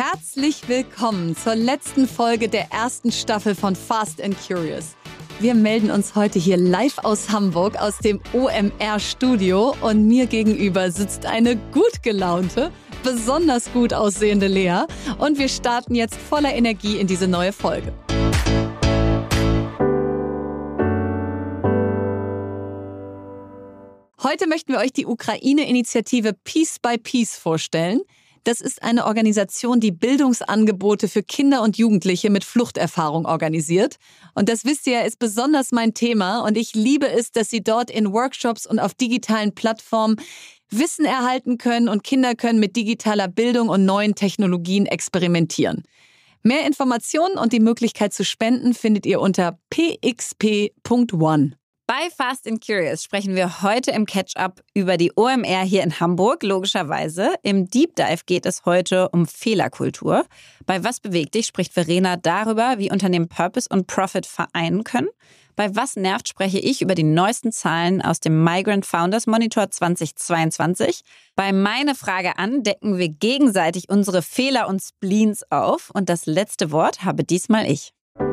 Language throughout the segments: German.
Herzlich willkommen zur letzten Folge der ersten Staffel von Fast and Curious. Wir melden uns heute hier live aus Hamburg, aus dem OMR-Studio. Und mir gegenüber sitzt eine gut gelaunte, besonders gut aussehende Lea. Und wir starten jetzt voller Energie in diese neue Folge. Heute möchten wir euch die Ukraine-Initiative Peace by Peace vorstellen. Das ist eine Organisation, die Bildungsangebote für Kinder und Jugendliche mit Fluchterfahrung organisiert. Und das wisst ihr ja, ist besonders mein Thema. Und ich liebe es, dass sie dort in Workshops und auf digitalen Plattformen Wissen erhalten können und Kinder können mit digitaler Bildung und neuen Technologien experimentieren. Mehr Informationen und die Möglichkeit zu spenden findet ihr unter pxp.one. Bei Fast and Curious sprechen wir heute im Catch-up über die OMR hier in Hamburg, logischerweise. Im Deep Dive geht es heute um Fehlerkultur. Bei Was bewegt dich spricht Verena darüber, wie Unternehmen Purpose und Profit vereinen können. Bei Was nervt spreche ich über die neuesten Zahlen aus dem Migrant Founders Monitor 2022. Bei Meine Frage an decken wir gegenseitig unsere Fehler und Spleens auf. Und das letzte Wort habe diesmal ich.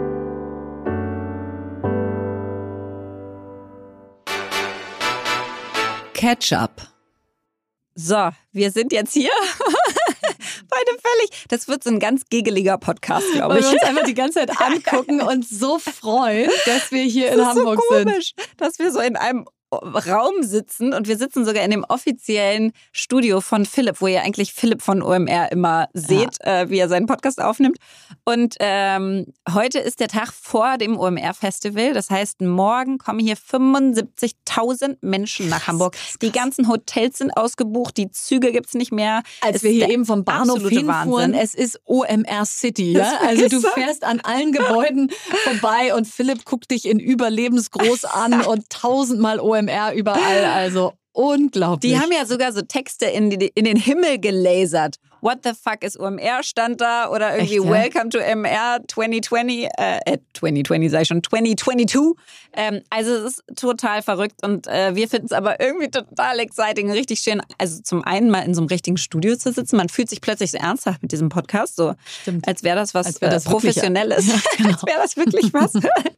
Catch-up. So, wir sind jetzt hier. Beide völlig. Das wird so ein ganz giggeliger Podcast, glaube ich. Weil wir uns einfach die ganze Zeit angucken und so freuen, dass wir hier in Hamburg sind. Das ist so komisch, dass wir so in einem Raum sitzen und wir sitzen sogar in dem offiziellen Studio von Philipp, wo ihr eigentlich Philipp von OMR immer seht, wie er seinen Podcast aufnimmt. Und heute ist der Tag vor dem OMR-Festival. Das heißt, morgen kommen hier 75.000 Menschen nach Hamburg. Die ganzen Hotels sind ausgebucht, die Züge gibt's nicht mehr. Als wir hier eben vom Bahnhof hinfuhren, es ist OMR City. Ja? Also du fährst an allen Gebäuden vorbei und Philipp guckt dich in überlebensgroß an und 1000-mal OMR überall, also unglaublich. Die haben ja sogar so Texte in den Himmel gelasert. What the fuck ist OMR stand da oder irgendwie echt, ja? Welcome to OMR 2020, 2020 sag ich schon, 2022. Also es ist total verrückt und wir finden es aber irgendwie total exciting, richtig schön. Also zum einen mal in so einem richtigen Studio zu sitzen, man fühlt sich plötzlich so ernsthaft mit diesem Podcast, so stimmt. Als wäre das was Professionelles, ja, genau. Als wäre das wirklich was.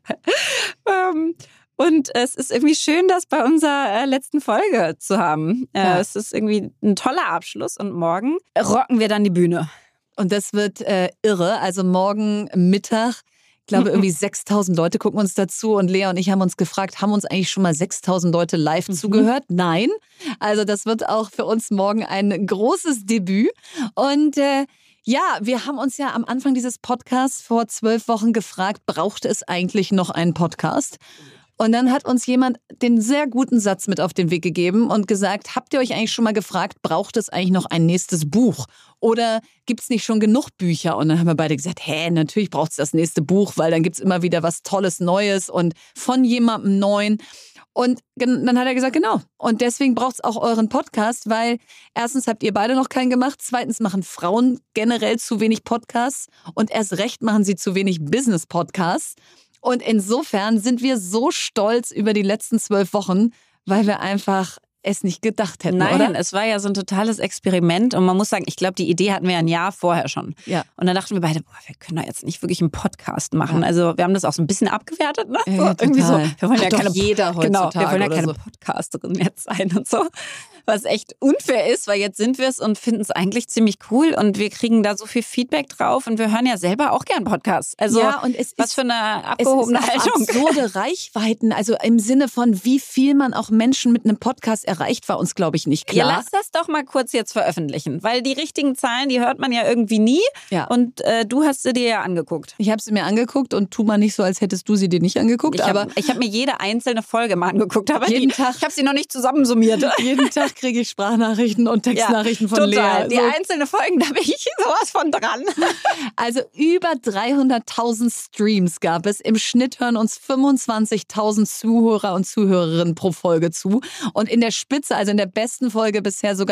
Und es ist irgendwie schön, das bei unserer letzten Folge zu haben. Ja. Es ist irgendwie ein toller Abschluss und morgen rocken wir dann die Bühne. Und das wird irre. Also morgen Mittag, ich glaube irgendwie 6.000 Leute gucken uns dazu und Lea und ich haben uns gefragt, haben uns eigentlich schon mal 6.000 Leute live zugehört? Nein. Also das wird auch für uns morgen ein großes Debüt. Und ja, wir haben uns ja am Anfang dieses Podcasts vor 12 Wochen gefragt, braucht es eigentlich noch einen Podcast? Und dann hat uns jemand den sehr guten Satz mit auf den Weg gegeben und gesagt, habt ihr euch eigentlich schon mal gefragt, braucht es eigentlich noch ein nächstes Buch? Oder gibt es nicht schon genug Bücher? Und dann haben wir beide gesagt, natürlich braucht es das nächste Buch, weil dann gibt es immer wieder was Tolles Neues und von jemandem Neuen. Und dann hat er gesagt, genau. Und deswegen braucht es auch euren Podcast, weil erstens habt ihr beide noch keinen gemacht, zweitens machen Frauen generell zu wenig Podcasts und erst recht machen sie zu wenig Business-Podcasts. Und insofern sind wir so stolz über die letzten 12 Wochen, weil wir einfach es nicht gedacht hätten, Nein, oder? Es war ja so ein totales Experiment und man muss sagen, ich glaube, die Idee hatten wir ja ein Jahr vorher schon. Ja. Und dann dachten wir beide, wir können da jetzt nicht wirklich einen Podcast machen. Ja. Also wir haben das auch so ein bisschen abgewertet, ne? Ja, irgendwie so. Wir wollen ja keine jeder heutzutage. Genau, wir wollen ja keine so. Podcasterin jetzt sein und so. Was echt unfair ist, weil jetzt sind wir es und finden es eigentlich ziemlich cool und wir kriegen da so viel Feedback drauf und wir hören ja selber auch gern Podcasts. Also ja, und was für eine abgehobene Haltung. Absurde Reichweiten, also im Sinne von wie viel man auch Menschen mit einem Podcast erreicht, war uns, glaube ich, nicht klar. Ja, lass das doch mal kurz jetzt veröffentlichen, weil die richtigen Zahlen, die hört man ja irgendwie nie. Ja. Und du hast sie dir ja angeguckt. Ich habe sie mir angeguckt und tu mal nicht so, als hättest du sie dir nicht angeguckt. Ich habe mir jede einzelne Folge mal angeguckt, aber jeden Tag, ich habe sie noch nicht zusammensummiert. Jeden Tag kriege ich Sprachnachrichten und Textnachrichten von total. Lea. Die einzelnen Folgen, da bin ich sowas von dran. Also über 300.000 Streams gab es. Im Schnitt hören uns 25.000 Zuhörer und Zuhörerinnen pro Folge zu. Und in der Spitze, also in der besten Folge bisher sogar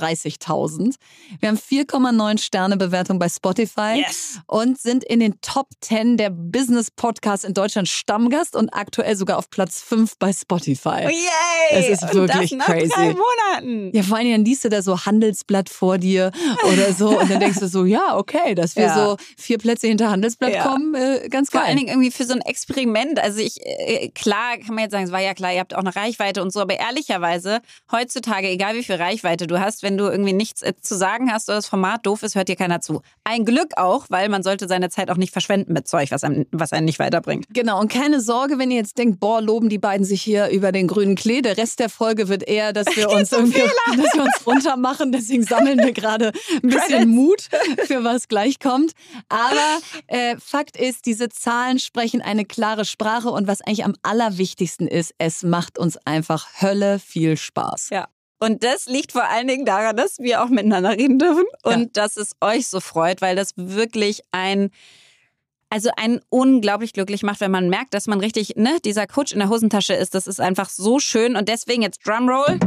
33.000. Wir haben 4,9 Sterne Bewertung bei Spotify und sind in den Top 10 der Business Podcasts in Deutschland Stammgast und aktuell sogar auf Platz 5 bei Spotify. Yay! Es ist wirklich und das crazy. Nach 3 Monaten. Monaten. Ja, vor allen Dingen liest du da so Handelsblatt vor dir oder so und dann denkst du so, ja, okay, dass wir so 4 Plätze hinter Handelsblatt kommen, ganz geil. Vor allen Dingen irgendwie für so ein Experiment. Also klar kann man jetzt sagen, es war ja klar, ihr habt auch eine Reichweite und so, aber ehrlicherweise, heutzutage, egal wie viel Reichweite du hast, wenn du irgendwie nichts zu sagen hast oder das Format doof ist, hört dir keiner zu. Ein Glück auch, weil man sollte seine Zeit auch nicht verschwenden mit Zeug, was einen nicht weiterbringt. Genau, und keine Sorge, wenn ihr jetzt denkt, boah, loben die beiden sich hier über den grünen Klee. Der Rest der Folge wird eher, dass wir uns runter machen. Deswegen sammeln wir gerade ein bisschen Mut, für was gleich kommt. Aber Fakt ist, diese Zahlen sprechen eine klare Sprache. Und was eigentlich am allerwichtigsten ist, es macht uns einfach Hölle viel Spaß. Ja. Und das liegt vor allen Dingen daran, dass wir auch miteinander reden dürfen und dass es euch so freut, weil das wirklich einen unglaublich glücklich macht, wenn man merkt, dass man richtig, dieser Coach in der Hosentasche ist. Das ist einfach so schön und deswegen jetzt Drumroll.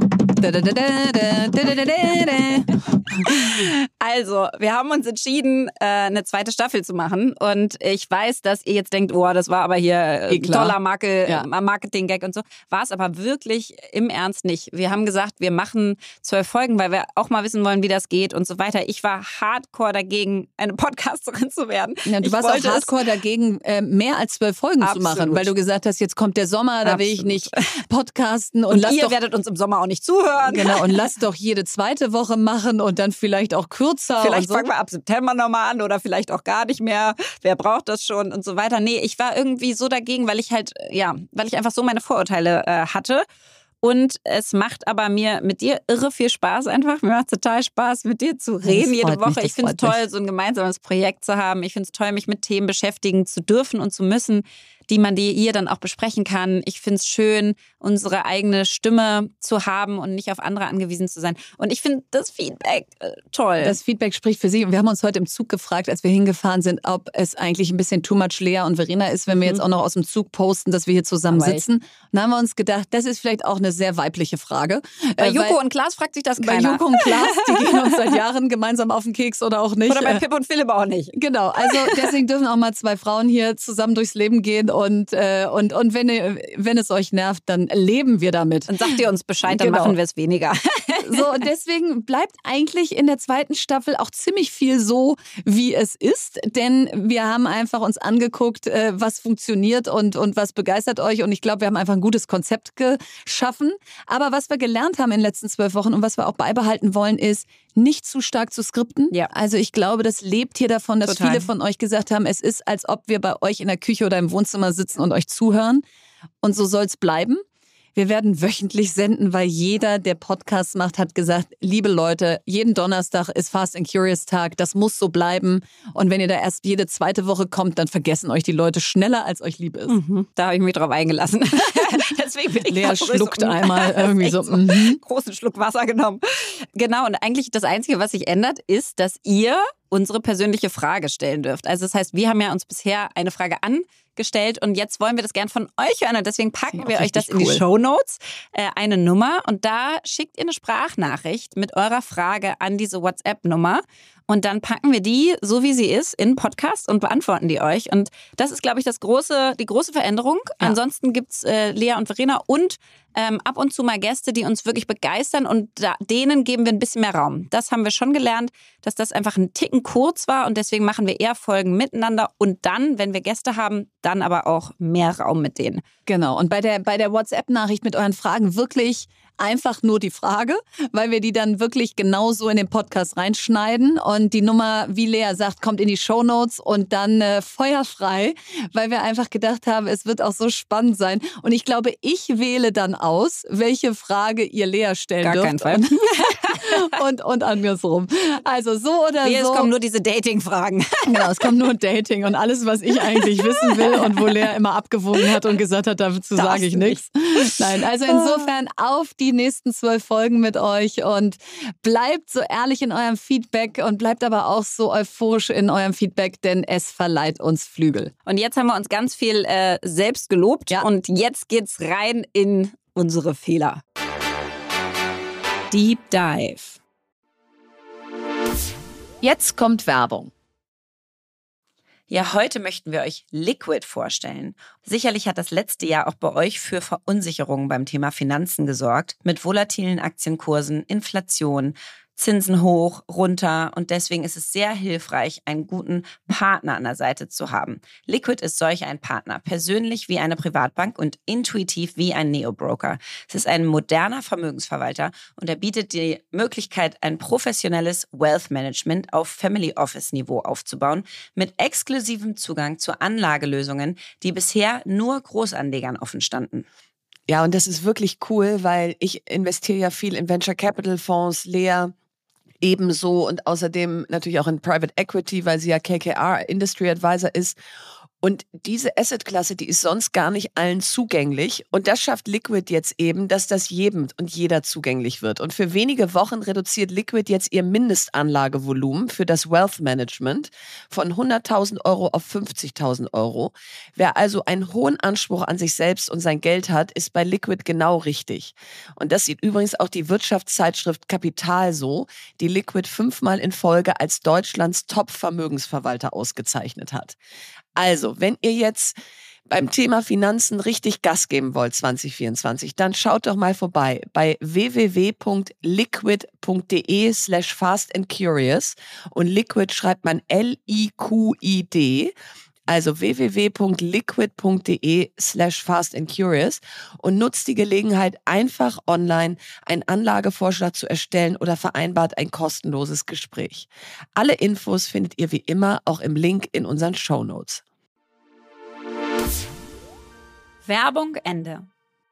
Also, wir haben uns entschieden, eine zweite Staffel zu machen und ich weiß, dass ihr jetzt denkt, oh, das war aber hier toller Marketing-Gag und so. War es aber wirklich im Ernst nicht. Wir haben gesagt, wir machen 12 Folgen, weil wir auch mal wissen wollen, wie das geht und so weiter. Ich war hardcore dagegen, eine Podcasterin zu werden. Ja, du warst auch hardcore dagegen, mehr als 12 Folgen zu machen, weil du gesagt hast, jetzt kommt der Sommer, da will ich nicht podcasten. Und ihr werdet uns im Sommer auch nicht zuhören. Genau, und lass doch jede zweite Woche machen und dann vielleicht auch kürzer. Vielleicht fangen wir ab September nochmal an oder vielleicht auch gar nicht mehr. Wer braucht das schon und so weiter. Nee, ich war irgendwie so dagegen, weil ich einfach so meine Vorurteile hatte. Und es macht aber mir mit dir irre viel Spaß einfach. Mir macht total Spaß, mit dir zu reden jede Woche. Ich finde es toll, so ein gemeinsames Projekt zu haben. Ich finde es toll, mich mit Themen beschäftigen zu dürfen und zu müssen, die man hier dann auch besprechen kann. Ich finde es schön, unsere eigene Stimme zu haben und nicht auf andere angewiesen zu sein. Und ich finde das Feedback toll. Das Feedback spricht für sich. Und wir haben uns heute im Zug gefragt, als wir hingefahren sind, ob es eigentlich ein bisschen too much Lea und Verena ist, wenn wir jetzt auch noch aus dem Zug posten, dass wir hier zusammen sitzen. Und dann haben wir uns gedacht, das ist vielleicht auch eine sehr weibliche Frage. Bei Joko und Klaas fragt sich das keiner. Bei Joko und Klaas, die gehen uns seit Jahren gemeinsam auf den Keks oder auch nicht. Oder bei Pip und Philipp auch nicht. Genau, also deswegen dürfen auch mal 2 Frauen hier zusammen durchs Leben gehen und wenn es euch nervt, dann leben wir damit. Und sagt ihr uns Bescheid, dann machen wir es weniger. So, und deswegen bleibt eigentlich in der zweiten Staffel auch ziemlich viel so, wie es ist. Denn wir haben einfach uns angeguckt, was funktioniert und was begeistert euch. Und ich glaube, wir haben einfach ein gutes Konzept geschaffen. Aber was wir gelernt haben in den letzten 12 Wochen und was wir auch beibehalten wollen, ist, nicht zu stark zu skripten. Ja. Also ich glaube, das lebt hier davon, dass viele von euch gesagt haben, es ist, als ob wir bei euch in der Küche oder im Wohnzimmer sitzen und euch zuhören. Und so soll es bleiben. Wir werden wöchentlich senden, weil jeder, der Podcasts macht, hat gesagt, liebe Leute, jeden Donnerstag ist Fast and Curious Tag, das muss so bleiben. Und wenn ihr da erst jede zweite Woche kommt, dann vergessen euch die Leute schneller, als euch lieb ist. Da habe ich mich drauf eingelassen. Deswegen bin ich Lea schluckt einmal irgendwie so. Großen Schluck Wasser genommen. Genau, und eigentlich das Einzige, was sich ändert, ist, dass ihr unsere persönliche Frage stellen dürft. Also das heißt, wir haben ja uns bisher eine Frage angestellt und jetzt wollen wir das gern von euch hören und deswegen packen wir euch das in die Shownotes, eine Nummer und da schickt ihr eine Sprachnachricht mit eurer Frage an diese WhatsApp-Nummer und dann packen wir die, so wie sie ist, in den Podcast und beantworten die euch. Und das ist, glaube ich, die große Veränderung. Ja. Ansonsten gibt's Lea und Verena und ab und zu mal Gäste, die uns wirklich begeistern und denen geben wir ein bisschen mehr Raum. Das haben wir schon gelernt, dass das einfach ein Ticken kurz war und deswegen machen wir eher Folgen miteinander und dann, wenn wir Gäste haben, dann aber auch mehr Raum mit denen. Genau, und bei der WhatsApp-Nachricht mit euren Fragen wirklich einfach nur die Frage, weil wir die dann wirklich genauso in den Podcast reinschneiden und die Nummer, wie Lea sagt, kommt in die Shownotes und dann feuerfrei, weil wir einfach gedacht haben, es wird auch so spannend sein und ich glaube, ich wähle dann aus, welche Frage ihr Lea stellen dürft. Gar keinen Fall. Und andersrum. Also so oder so. Es kommen nur diese Dating-Fragen. Genau, es kommt nur Dating und alles, was ich eigentlich wissen will und wo Lea immer abgewogen hat und gesagt hat, dazu sage ich nichts. Nein, also insofern auf die nächsten 12 Folgen mit euch und bleibt so ehrlich in eurem Feedback und bleibt aber auch so euphorisch in eurem Feedback, denn es verleiht uns Flügel. Und jetzt haben wir uns ganz viel selbst gelobt und jetzt geht's rein in unsere Fehler. Deep Dive. Jetzt kommt Werbung. Ja, heute möchten wir euch Liquid vorstellen. Sicherlich hat das letzte Jahr auch bei euch für Verunsicherungen beim Thema Finanzen gesorgt, mit volatilen Aktienkursen, Inflation, Zinsen hoch, runter und deswegen ist es sehr hilfreich, einen guten Partner an der Seite zu haben. Liquid ist solch ein Partner, persönlich wie eine Privatbank und intuitiv wie ein Neo-Broker. Es ist ein moderner Vermögensverwalter und er bietet die Möglichkeit, ein professionelles Wealth Management auf Family Office Niveau aufzubauen, mit exklusivem Zugang zu Anlagelösungen, die bisher nur Großanlegern offen standen. Ja, und das ist wirklich cool, weil ich investiere ja viel in Venture Capital Fonds, Lea ebenso und außerdem natürlich auch in Private Equity, weil sie ja KKR Industry Advisor ist. Und diese Assetklasse, die ist sonst gar nicht allen zugänglich. Und das schafft Liquid jetzt eben, dass das jedem und jeder zugänglich wird. Und für wenige Wochen reduziert Liquid jetzt ihr Mindestanlagevolumen für das Wealth Management von 100.000 Euro auf 50.000 Euro. Wer also einen hohen Anspruch an sich selbst und sein Geld hat, ist bei Liquid genau richtig. Und das sieht übrigens auch die Wirtschaftszeitschrift Kapital so, die Liquid 5-mal in Folge als Deutschlands Top-Vermögensverwalter ausgezeichnet hat. Also, wenn ihr jetzt beim Thema Finanzen richtig Gas geben wollt 2024, dann schaut doch mal vorbei bei www.liquid.de/fastandcurious und Liquid schreibt man LIQID, also www.liquid.de/fastandcurious und nutzt die Gelegenheit, einfach online einen Anlagevorschlag zu erstellen oder vereinbart ein kostenloses Gespräch. Alle Infos findet ihr wie immer auch im Link in unseren Shownotes. Werbung Ende.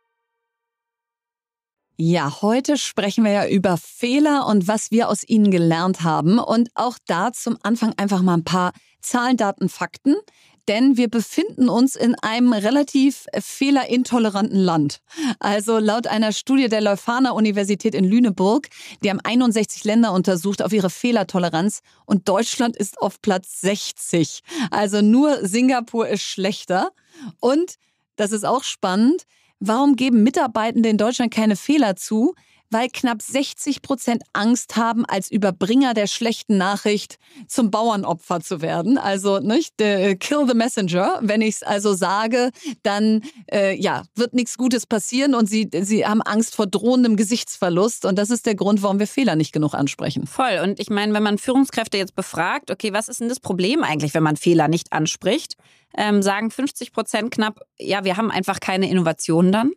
Ja, heute sprechen wir ja über Fehler und was wir aus ihnen gelernt haben. Und auch da zum Anfang einfach mal ein paar Zahlen, Daten, Fakten. Denn wir befinden uns in einem relativ fehlerintoleranten Land. Also laut einer Studie der Leuphana-Universität in Lüneburg, die haben 61 Länder untersucht auf ihre Fehlertoleranz und Deutschland ist auf Platz 60. Also nur Singapur ist schlechter. Und, das ist auch spannend, warum geben Mitarbeitende in Deutschland keine Fehler zu? Weil knapp 60% Angst haben, als Überbringer der schlechten Nachricht zum Bauernopfer zu werden. Also nicht kill the messenger. Wenn ich es also sage, dann wird nichts Gutes passieren und sie haben Angst vor drohendem Gesichtsverlust. Und das ist der Grund, warum wir Fehler nicht genug ansprechen. Voll. Und ich meine, wenn man Führungskräfte jetzt befragt, okay, was ist denn das Problem eigentlich, wenn man Fehler nicht anspricht, sagen 50% knapp, ja, wir haben einfach keine Innovationen dann.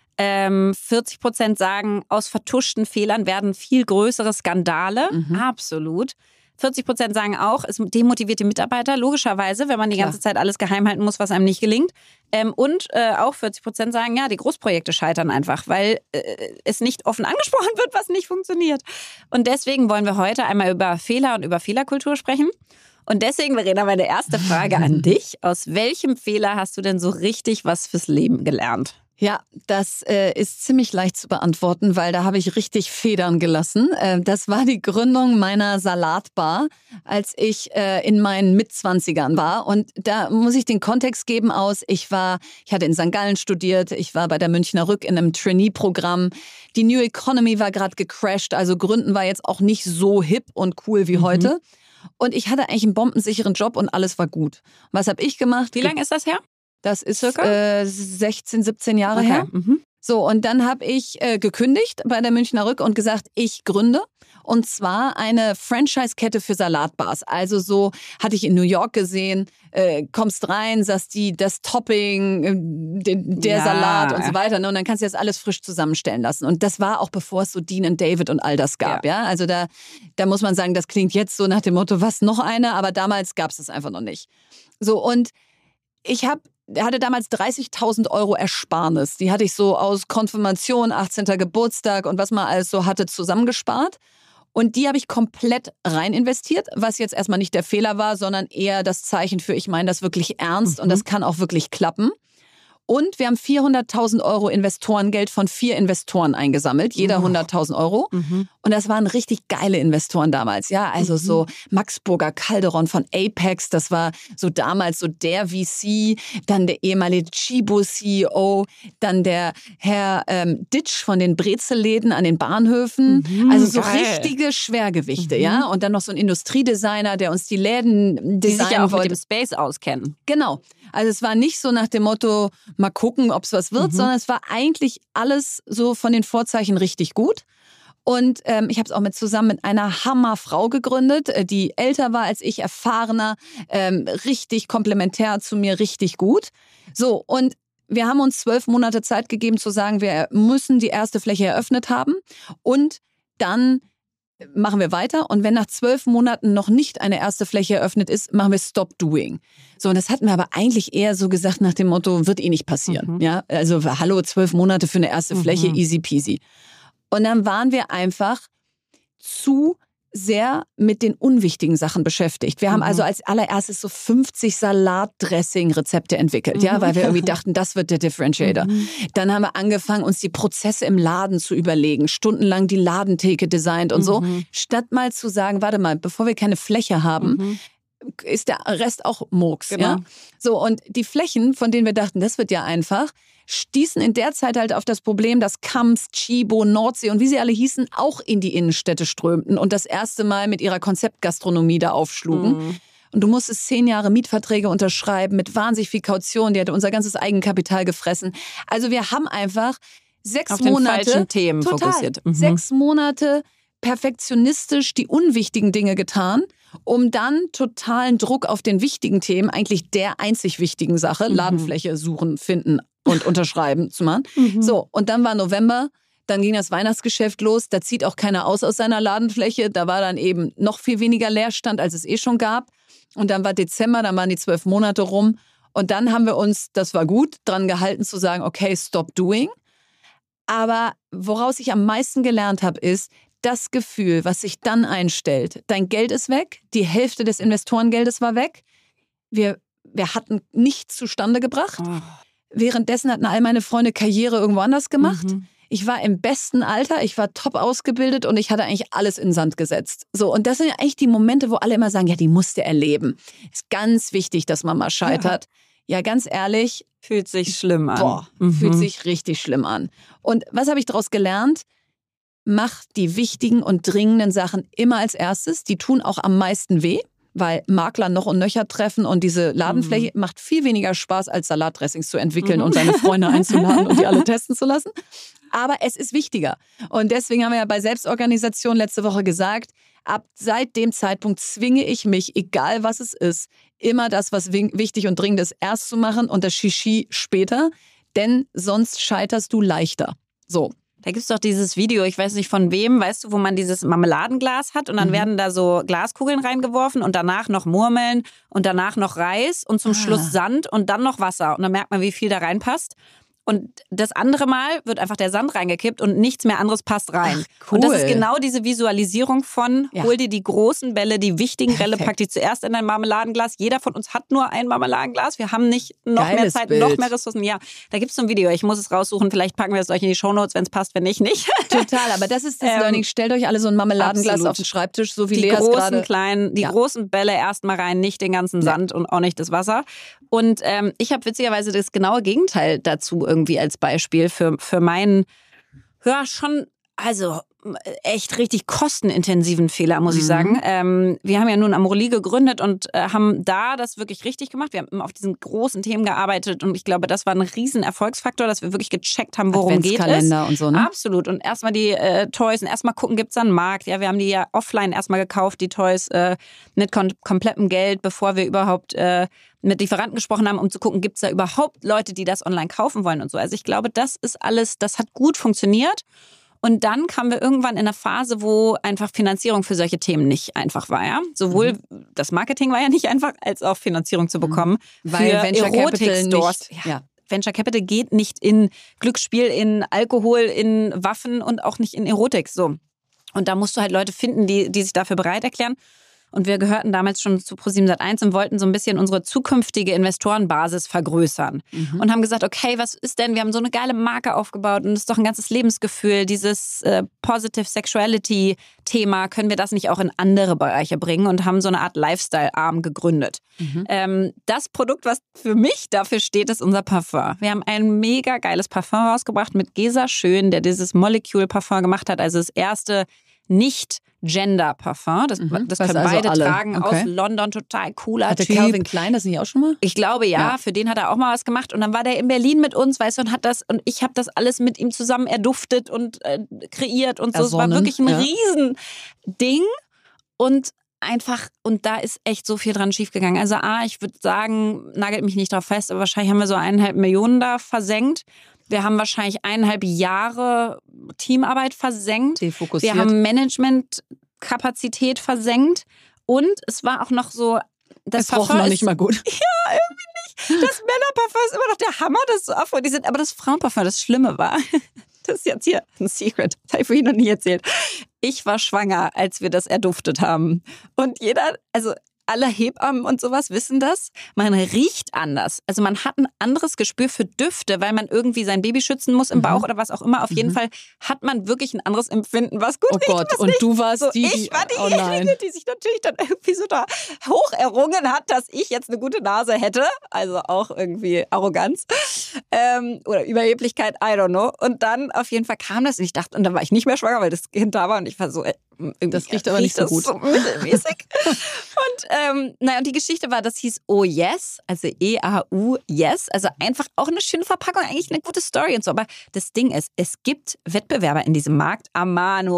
40% sagen, aus vertuschten Fehlern werden viel größere Skandale. Absolut. 40% sagen auch, es demotiviert die Mitarbeiter, logischerweise, wenn man die ganze Zeit alles geheim halten muss, was einem nicht gelingt. Und auch 40% sagen, ja, die Großprojekte scheitern einfach, weil es nicht offen angesprochen wird, was nicht funktioniert. Und deswegen wollen wir heute einmal über Fehler und über Fehlerkultur sprechen. Und deswegen, Verena, meine erste Frage an dich. Aus welchem Fehler hast du denn so richtig was fürs Leben gelernt? Ja, das ist ziemlich leicht zu beantworten, weil da habe ich richtig Federn gelassen. Das war die Gründung meiner Salatbar, als ich in meinen Mitzwanzigern war. Und da muss ich den Kontext geben aus, ich hatte in St. Gallen studiert, ich war bei der Münchner Rück in einem Trainee-Programm. Die New Economy war gerade gecrashed, also Gründen war jetzt auch nicht so hip und cool wie heute. Und ich hatte eigentlich einen bombensicheren Job und alles war gut. Was habe ich gemacht? Wie lange ist das her? Das ist 16, 17 Jahre her. So, und dann habe ich gekündigt bei der Münchner Rück und gesagt, ich gründe. Und zwar eine Franchise-Kette für Salatbars. Also so hatte ich in New York gesehen, kommst rein, sagst das Topping, der Salat und so weiter. Ne? Und dann kannst du das alles frisch zusammenstellen lassen. Und das war auch bevor es so Dean & David und all das gab. Ja. Also da muss man sagen, das klingt jetzt so nach dem Motto, was, noch eine? Aber damals gab es das einfach noch nicht. So, und ich hatte damals 30.000 Euro Ersparnis. Die hatte ich so aus Konfirmation, 18. Geburtstag und was man alles so hatte zusammengespart. Und die habe ich komplett rein investiert, was jetzt erstmal nicht der Fehler war, sondern eher das Zeichen für, ich meine das wirklich ernst und das kann auch wirklich klappen. Und wir haben 400.000 Euro Investorengeld von 4 Investoren eingesammelt, jeder 100.000 Euro. Und das waren richtig geile Investoren damals, ja. Also so Max Burger Calderon von Apex, das war so damals so der VC, dann der ehemalige Chibo-CEO, dann der Herr Ditsch von den Brezelläden an den Bahnhöfen. Also so richtige Schwergewichte, ja. Und dann noch so ein Industriedesigner, der uns die Läden designen die sich ja auch wollte. mit dem Space auskennen. Genau. Also es war nicht so nach dem Motto, mal gucken, ob es was wird, sondern es war eigentlich alles so von den Vorzeichen richtig gut. Und ich habe es auch zusammen mit einer Hammerfrau gegründet, die älter war als ich, erfahrener, richtig komplementär zu mir, richtig gut. So, und wir haben uns 12 Monate Zeit gegeben zu sagen, wir müssen die erste Fläche eröffnet haben und dann machen wir weiter. Und wenn nach 12 Monaten noch nicht eine erste Fläche eröffnet ist, machen wir Stop Doing. So, und das hatten wir aber eigentlich eher so gesagt nach dem Motto, wird nicht passieren. Ja, also hallo, 12 Monate für eine erste Fläche, easy peasy. Und dann waren wir einfach zu sehr mit den unwichtigen Sachen beschäftigt. Wir haben also als allererstes so 50 Salatdressing-Rezepte entwickelt, ja, weil wir irgendwie dachten, das wird der Differentiator. Dann haben wir angefangen, uns die Prozesse im Laden zu überlegen, stundenlang die Ladentheke designt und so, statt mal zu sagen, warte mal, bevor wir keine Fläche haben, ist der Rest auch Murks. Genau. Ja? So, und die Flächen, von denen wir dachten, das wird ja einfach, stießen in der Zeit halt auf das Problem, dass Kamps, Chibo, Nordsee und wie sie alle hießen, auch in die Innenstädte strömten und das erste Mal mit ihrer Konzeptgastronomie da aufschlugen. Und du musstest 10 Jahre Mietverträge unterschreiben mit wahnsinnig viel Kaution, die hatte unser ganzes Eigenkapital gefressen. Also wir haben einfach 6 auf Monate... den falschen Themen fokussiert. 6 Monate perfektionistisch die unwichtigen Dinge getan, um dann totalen Druck auf den wichtigen Themen, eigentlich der einzig wichtigen Sache, Ladenfläche suchen, finden und unterschreiben zu machen. So, und dann war November, dann ging das Weihnachtsgeschäft los, da zieht auch keiner aus seiner Ladenfläche, da war dann eben noch viel weniger Leerstand, als es schon gab. Und dann war Dezember, dann waren die 12 Monate rum und dann haben wir uns, das war gut, dran gehalten zu sagen, okay, stop doing. Aber woraus ich am meisten gelernt habe, ist, das Gefühl, was sich dann einstellt, dein Geld ist weg, die Hälfte des Investorengeldes war weg, wir hatten nichts zustande gebracht. Währenddessen hatten all meine Freunde Karriere irgendwo anders gemacht. Ich war im besten Alter, ich war top ausgebildet und ich hatte eigentlich alles in den Sand gesetzt. So, und das sind ja eigentlich die Momente, wo alle immer sagen, ja, die musst du erleben. Ist ganz wichtig, dass man mal scheitert. Ja, ganz ehrlich. Fühlt sich schlimm an. Boah, fühlt sich richtig schlimm an. Und was habe ich daraus gelernt? Mach die wichtigen und dringenden Sachen immer als erstes. Die tun auch am meisten weh, weil Makler noch und nöcher treffen und diese Ladenfläche macht viel weniger Spaß, als Salatdressings zu entwickeln und seine Freunde einzuladen und die alle testen zu lassen. Aber es ist wichtiger. Und deswegen haben wir ja bei Selbstorganisation letzte Woche gesagt, seit dem Zeitpunkt zwinge ich mich, egal was es ist, immer das, was wichtig und dringend ist, erst zu machen und das Shishi später, denn sonst scheiterst du leichter. So. Da gibt's doch dieses Video, ich weiß nicht von wem, weißt du, wo man dieses Marmeladenglas hat und dann werden da so Glaskugeln reingeworfen und danach noch Murmeln und danach noch Reis und zum Schluss Sand und dann noch Wasser. Und dann merkt man, wie viel da reinpasst. Und das andere Mal wird einfach der Sand reingekippt und nichts mehr anderes passt rein. Ach, cool. Und das ist genau diese Visualisierung von, hol dir die großen Bälle, die wichtigen Bälle, pack die zuerst in dein Marmeladenglas. Jeder von uns hat nur ein Marmeladenglas. Wir haben nicht noch mehr Zeit, noch mehr Ressourcen. Ja, da gibt es so ein Video. Ich muss es raussuchen. Vielleicht packen wir es euch in die Shownotes, wenn es passt, wenn nicht. Total, aber das ist das Learning. Stellt euch alle so ein Marmeladenglas auf den Schreibtisch, so wie die Lea es gerade. Die kleinen, die großen Bälle erstmal rein, nicht den ganzen Sand und auch nicht das Wasser. Und ich habe witzigerweise das genaue Gegenteil dazu irgendwie als Beispiel für meinen, schon, also echt richtig kostenintensiven Fehler, muss ich sagen. Wir haben ja nun Amorelie gegründet und haben da das wirklich richtig gemacht. Wir haben immer auf diesen großen Themen gearbeitet und ich glaube, das war ein riesen Erfolgsfaktor, dass wir wirklich gecheckt haben, worum geht es. Und so, ne? Absolut. Und erstmal die Toys und erstmal gucken, gibt es da einen Markt. Ja, wir haben die ja offline erstmal gekauft, die Toys mit komplettem Geld, bevor wir überhaupt mit Lieferanten gesprochen haben, um zu gucken, gibt es da überhaupt Leute, die das online kaufen wollen und so. Also ich glaube, das ist alles, das hat gut funktioniert. Und dann kamen wir irgendwann in eine Phase, wo einfach Finanzierung für solche Themen nicht einfach war. Ja? Sowohl das Marketing war ja nicht einfach, als auch Finanzierung zu bekommen. Weil für Venture Capital nicht. Ja. Venture Capital geht nicht in Glücksspiel, in Alkohol, in Waffen und auch nicht in Erotik. So. Und da musst du halt Leute finden, die sich dafür bereit erklären. und wir gehörten damals schon zu ProSiebenSat.1 und wollten so ein bisschen unsere zukünftige Investorenbasis vergrößern. Und haben gesagt, okay, was ist denn, wir haben so eine geile Marke aufgebaut und das ist doch ein ganzes Lebensgefühl, dieses Positive Sexuality-Thema, können wir das nicht auch in andere Bereiche bringen und haben so eine Art Lifestyle-Arm gegründet. Das Produkt, was für mich dafür steht, ist unser Parfum. Wir haben ein mega geiles Parfum rausgebracht mit Gesa Schön, der dieses Molecule-Parfum gemacht hat, also das erste Nicht-Gender-Parfum. Das können also beide alle. tragen, Okay. aus London, total cooler Hatte Typ. Calvin Klein das nicht auch schon mal? Ich glaube ja, für den hat er auch mal was gemacht. Und dann war der in Berlin mit uns, weißt du, und ich habe das alles mit ihm zusammen erduftet und kreiert und so. Es war Ersonnen, wirklich ein ja. Riesending. Und da ist echt so viel dran schiefgegangen. Also ich würde sagen, nagelt mich nicht drauf fest, aber wahrscheinlich haben wir so 1,5 Millionen da versenkt. Wir haben wahrscheinlich 1,5 Jahre Teamarbeit versenkt. Defokussiert. Wir haben Managementkapazität versenkt. Und es war auch noch so, das Es roch noch nicht mal gut. das Männerparfum ist immer noch der Hammer, das ist so aphrodisiert. Aber das Frauenparfum, das Schlimme war, das ist jetzt hier ein Secret, das habe ich vorhin noch nie erzählt. Ich war schwanger, als wir das erduftet haben. Und alle Hebammen und sowas wissen das. Man riecht anders. Also man hat ein anderes Gespür für Düfte, weil man irgendwie sein Baby schützen muss im Bauch oder was auch immer. Auf jeden Fall hat man wirklich ein anderes Empfinden, was gut riecht. Oh Gott, was und nicht. du warst so, die, ich war oh nein. diejenige, die sich natürlich dann irgendwie so da hoch errungen hat, dass ich jetzt eine gute Nase hätte. Also auch irgendwie Arroganz oder Überheblichkeit, I don't know. Und dann auf jeden Fall kam das und ich dachte, und dann war ich nicht mehr schwanger, weil das Kind da war und ich war so, das riecht aber nicht so gut. So mittelmäßig. und die Geschichte war, das hieß Oh Yes, also E-A-U Yes, also einfach auch eine schöne Verpackung, eigentlich eine gute Story und so. Aber das Ding ist, es gibt Wettbewerber in diesem Markt, Armani,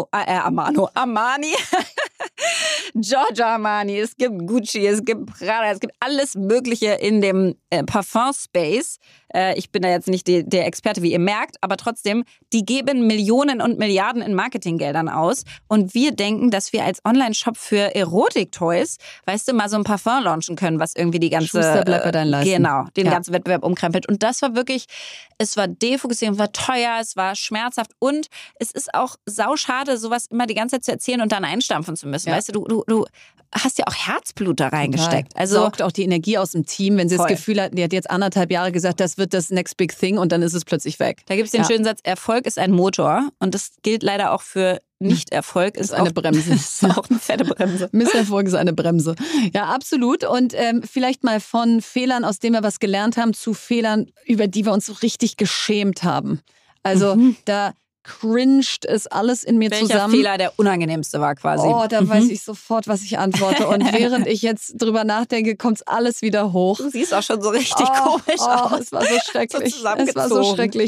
Giorgio Armani, es gibt Gucci, es gibt Prada, es gibt alles Mögliche in dem Parfum-Space. Ich bin da jetzt nicht der Experte, wie ihr merkt, aber trotzdem, die geben Millionen und Milliarden in Marketinggeldern aus und wir denken, dass wir als Online-Shop für Erotik-Toys, weißt du, mal so ein Parfum launchen können, was irgendwie die ganze... Schuster bleibt bei deinen Leisten. Genau, den ganzen Wettbewerb umkrempelt. Und das war wirklich, es war defokussierend, war teuer, es war schmerzhaft und es ist auch sauschade, sowas immer die ganze Zeit zu erzählen und dann einstampfen zu müssen. Ja. Weißt du hast ja auch Herzblut da reingesteckt. Total. Also saugt auch die Energie aus dem Team, wenn sie voll. das Gefühl hatten, die hat jetzt 1,5 Jahre gesagt, das wird das next big thing und dann ist es plötzlich weg. Da gibt es den schönen Satz, Erfolg ist ein Motor und das gilt leider auch für Nicht-Erfolg. Ist eine Bremse. Ist auch eine fette Bremse. Misserfolg ist eine Bremse. Ja, absolut. Und vielleicht mal von Fehlern, aus denen wir was gelernt haben, zu Fehlern, über die wir uns so richtig geschämt haben. Also da cringed es alles in mir zusammen. Welcher Fehler der unangenehmste war quasi? Oh, da weiß ich sofort, was ich antworte. Und während ich jetzt drüber nachdenke, kommt es alles wieder hoch. Du siehst auch schon so richtig komisch aus. Es war so schrecklich. So es war so schrecklich.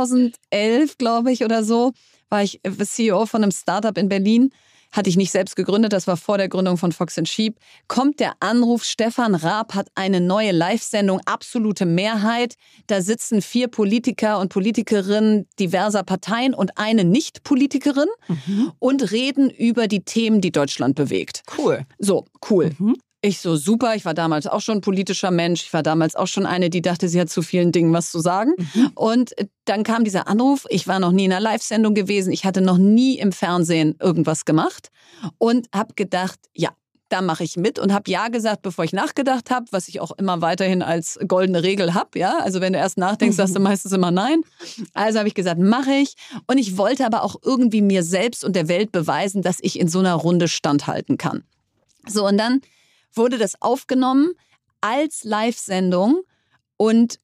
2011, glaube ich, oder so, war ich CEO von einem Startup in Berlin. Hatte ich nicht selbst gegründet, das war vor der Gründung von Fox & Sheep. Kommt der Anruf, Stefan Raab hat eine neue Live-Sendung, absolute Mehrheit. Da sitzen 4 Politiker und Politikerinnen diverser Parteien und eine Nicht-Politikerin und reden über die Themen, die Deutschland bewegt. Cool. So, cool. Ich so, super, ich war damals auch schon ein politischer Mensch. Ich war damals auch schon eine, die dachte, sie hat zu vielen Dingen was zu sagen. Und dann kam dieser Anruf. Ich war noch nie in einer Live-Sendung gewesen. Ich hatte noch nie im Fernsehen irgendwas gemacht. Und habe gedacht, ja, da mache ich mit. Und habe ja gesagt, bevor ich nachgedacht habe, was ich auch immer weiterhin als goldene Regel habe. Ja? Also wenn du erst nachdenkst, sagst du meistens immer nein. Also habe ich gesagt, mache ich. Und ich wollte aber auch irgendwie mir selbst und der Welt beweisen, dass ich in so einer Runde standhalten kann. So, und dann wurde das aufgenommen als Live-Sendung und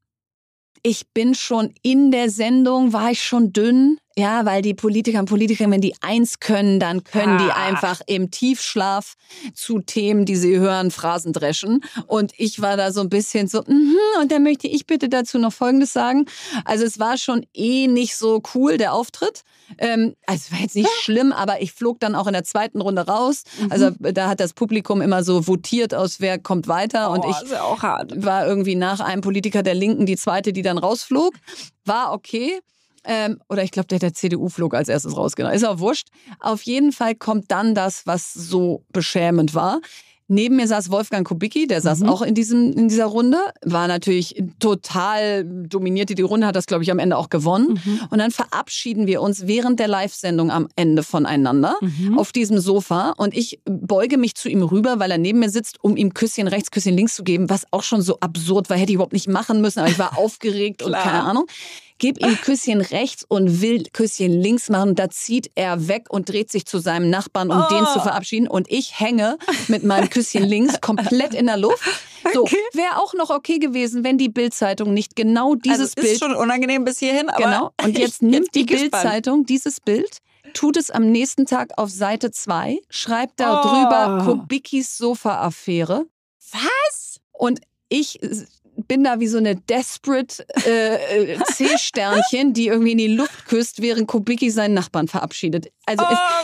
ich bin schon in der Sendung, war ich schon dünn, ja, weil die Politiker und Politikerinnen, wenn die eins können, dann können die einfach im Tiefschlaf zu Themen, die sie hören, Phrasen dreschen. Und ich war da so ein bisschen so, und dann möchte ich bitte dazu noch Folgendes sagen. Also es war schon nicht so cool, der Auftritt. Also es war jetzt nicht schlimm, aber ich flog dann auch in der zweiten Runde raus. Also da hat das Publikum immer so votiert aus, wer kommt weiter. Und ich ist ja auch hart. war irgendwie nach einem Politiker der Linken die zweite, die dann rausflog. War okay. Oder ich glaube, der CDU flog als erstes raus. Genau. Ist auch wurscht. Auf jeden Fall kommt dann das, was so beschämend war. Neben mir saß Wolfgang Kubicki, der saß auch in dieser Runde, war natürlich total dominiert die Runde, hat das, glaube ich, am Ende auch gewonnen. Und dann verabschieden wir uns während der Live-Sendung am Ende voneinander auf diesem Sofa. Und ich beuge mich zu ihm rüber, weil er neben mir sitzt, um ihm Küsschen rechts, Küsschen links zu geben, was auch schon so absurd war, hätte ich überhaupt nicht machen müssen, aber ich war aufgeregt und keine Ahnung. Gib ihm Küsschen rechts und will Küsschen links machen. Da zieht er weg und dreht sich zu seinem Nachbarn, um den zu verabschieden. Und ich hänge mit meinem Küsschen links komplett in der Luft. So, wäre auch noch okay gewesen, wenn die Bild-Zeitung nicht genau dieses Bild... ist schon unangenehm bis hierhin, aber... Genau, und jetzt nimmt die Bild-Zeitung dieses Bild, tut es am nächsten Tag auf Seite 2, schreibt darüber Kubickis Sofa-Affäre. Was? Und ich bin da wie so eine desperate C-Sternchen, die irgendwie in die Luft küsst, während Kubicki seinen Nachbarn verabschiedet. Also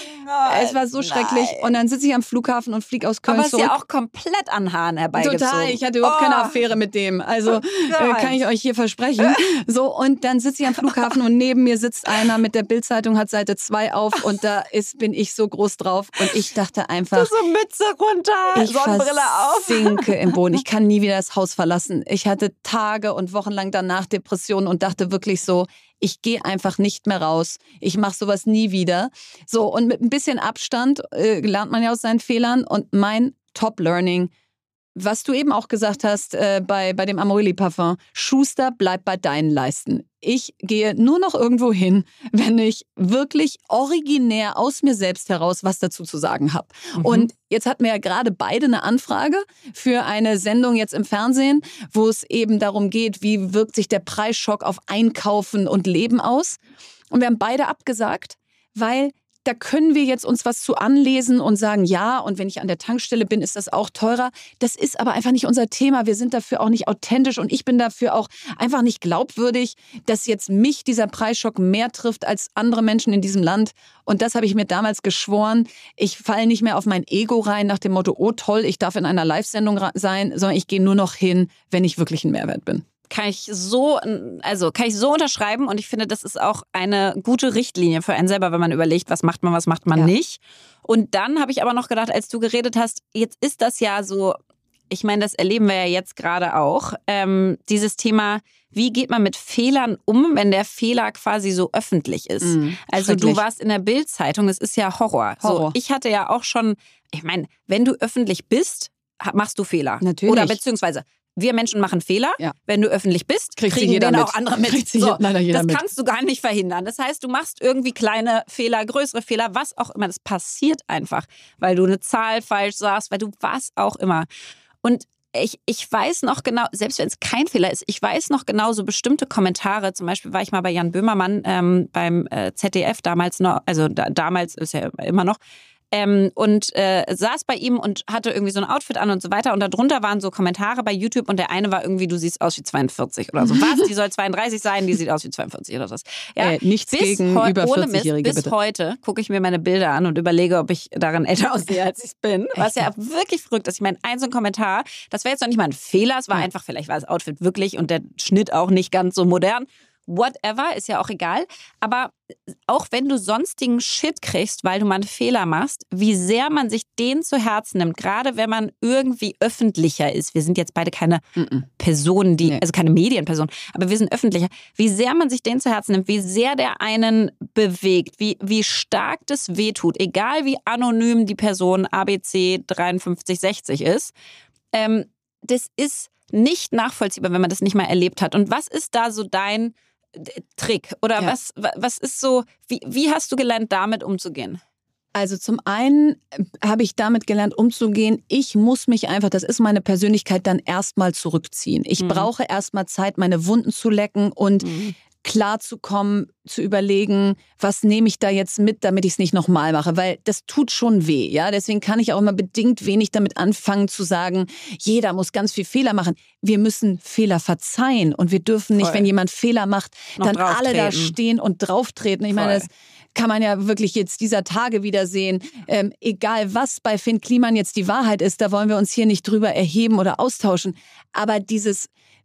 es war so schrecklich. Und dann sitze ich am Flughafen und fliege aus Köln zurück. Aber zurück. ist ja auch komplett an Haaren herbeigezogen. Total, ich hatte überhaupt keine Affäre mit dem. Also kann ich euch hier versprechen. So, und dann sitze ich am Flughafen und neben mir sitzt einer mit der Bild-Zeitung, hat Seite 2 auf und da bin ich so groß drauf. Und ich dachte einfach... So Mütze runter, Sonnenbrille auf. Ich versinke im Boden. Ich kann nie wieder das Haus verlassen. Ich hatte Tage und Wochen lang danach Depressionen und dachte wirklich so, ich gehe einfach nicht mehr raus. Ich mache sowas nie wieder. So, und mit ein bisschen Abstand lernt man ja aus seinen Fehlern. Und mein Top-Learning, was du eben auch gesagt hast bei dem Amorelie-Parfum, Schuster, bleib bei deinen Leisten. Ich gehe nur noch irgendwo hin, wenn ich wirklich originär aus mir selbst heraus was dazu zu sagen habe. Und jetzt hatten wir ja gerade beide eine Anfrage für eine Sendung jetzt im Fernsehen, wo es eben darum geht, wie wirkt sich der Preisschock auf Einkaufen und Leben aus. Und wir haben beide abgesagt, weil da können wir jetzt uns was zu anlesen und sagen, ja, und wenn ich an der Tankstelle bin, ist das auch teurer. Das ist aber einfach nicht unser Thema. Wir sind dafür auch nicht authentisch und ich bin dafür auch einfach nicht glaubwürdig, dass jetzt mich dieser Preisschock mehr trifft als andere Menschen in diesem Land. Und das habe ich mir damals geschworen. Ich falle nicht mehr auf mein Ego rein nach dem Motto, oh toll, ich darf in einer Live-Sendung sein, sondern ich gehe nur noch hin, wenn ich wirklich ein Mehrwert bin. Kann ich so unterschreiben und ich finde, das ist auch eine gute Richtlinie für einen selber, wenn man überlegt, was macht man nicht. Und dann habe ich aber noch gedacht, als du geredet hast, jetzt ist das ja so, ich meine, das erleben wir ja jetzt gerade auch, dieses Thema, wie geht man mit Fehlern um, wenn der Fehler quasi so öffentlich ist? Also du warst in der Bild-Zeitung, das ist ja Horror. So, ich hatte ja auch schon, ich meine, wenn du öffentlich bist, machst du Fehler. Natürlich. Oder beziehungsweise wir Menschen machen Fehler. Ja. Wenn du öffentlich bist, kriegen den auch andere mit. Das kannst du gar nicht verhindern. Das heißt, du machst irgendwie kleine Fehler, größere Fehler, was auch immer. Das passiert einfach, weil du eine Zahl falsch sagst, weil du was auch immer. Und ich weiß noch genau, selbst wenn es kein Fehler ist, ich weiß noch genau so bestimmte Kommentare. Zum Beispiel war ich mal bei Jan Böhmermann beim ZDF damals noch, also damals ist ja immer noch, und saß bei ihm und hatte irgendwie so ein Outfit an und so weiter. Und darunter waren so Kommentare bei YouTube und der eine war irgendwie, du siehst aus wie 42 oder so. Was? Die soll 32 sein, die sieht aus wie 42 oder was. Ja, nichts gegen über 40-Jährige, bis heute gucke ich mir meine Bilder an und überlege, ob ich darin älter aussehe, als ich bin. Was ja wirklich verrückt ist. Ich meine, so ein Kommentar, das wäre jetzt noch nicht mal ein Fehler. Es war einfach, vielleicht war das Outfit wirklich und der Schnitt auch nicht ganz so modern. Whatever, ist ja auch egal. Aber auch wenn du sonstigen Shit kriegst, weil du mal einen Fehler machst, wie sehr man sich den zu Herzen nimmt, gerade wenn man irgendwie öffentlicher ist. Wir sind jetzt beide keine Personen, also keine Medienpersonen, aber wir sind öffentlicher. Wie sehr man sich den zu Herzen nimmt, wie sehr der einen bewegt, wie stark das wehtut, egal wie anonym die Person ABC 5360 ist. Das ist nicht nachvollziehbar, wenn man das nicht mal erlebt hat. Und was ist da so dein Trick? Oder was ist so, wie hast du gelernt, damit umzugehen? Also zum einen habe ich damit gelernt, umzugehen. Ich muss mich einfach, das ist meine Persönlichkeit, dann erstmal zurückziehen. Ich brauche erstmal Zeit, meine Wunden zu lecken und klar zu kommen, zu überlegen, was nehme ich da jetzt mit, damit ich es nicht nochmal mache, weil das tut schon weh, ja. Deswegen kann ich auch immer bedingt wenig damit anfangen zu sagen, jeder muss ganz viel Fehler machen. Wir müssen Fehler verzeihen und wir dürfen nicht, wenn jemand Fehler macht, dann alle da stehen und drauftreten. Ich meine, das kann man ja wirklich jetzt dieser Tage wieder sehen. Egal was bei Finn Kliman jetzt die Wahrheit ist, da wollen wir uns hier nicht drüber erheben oder austauschen. Aber dieses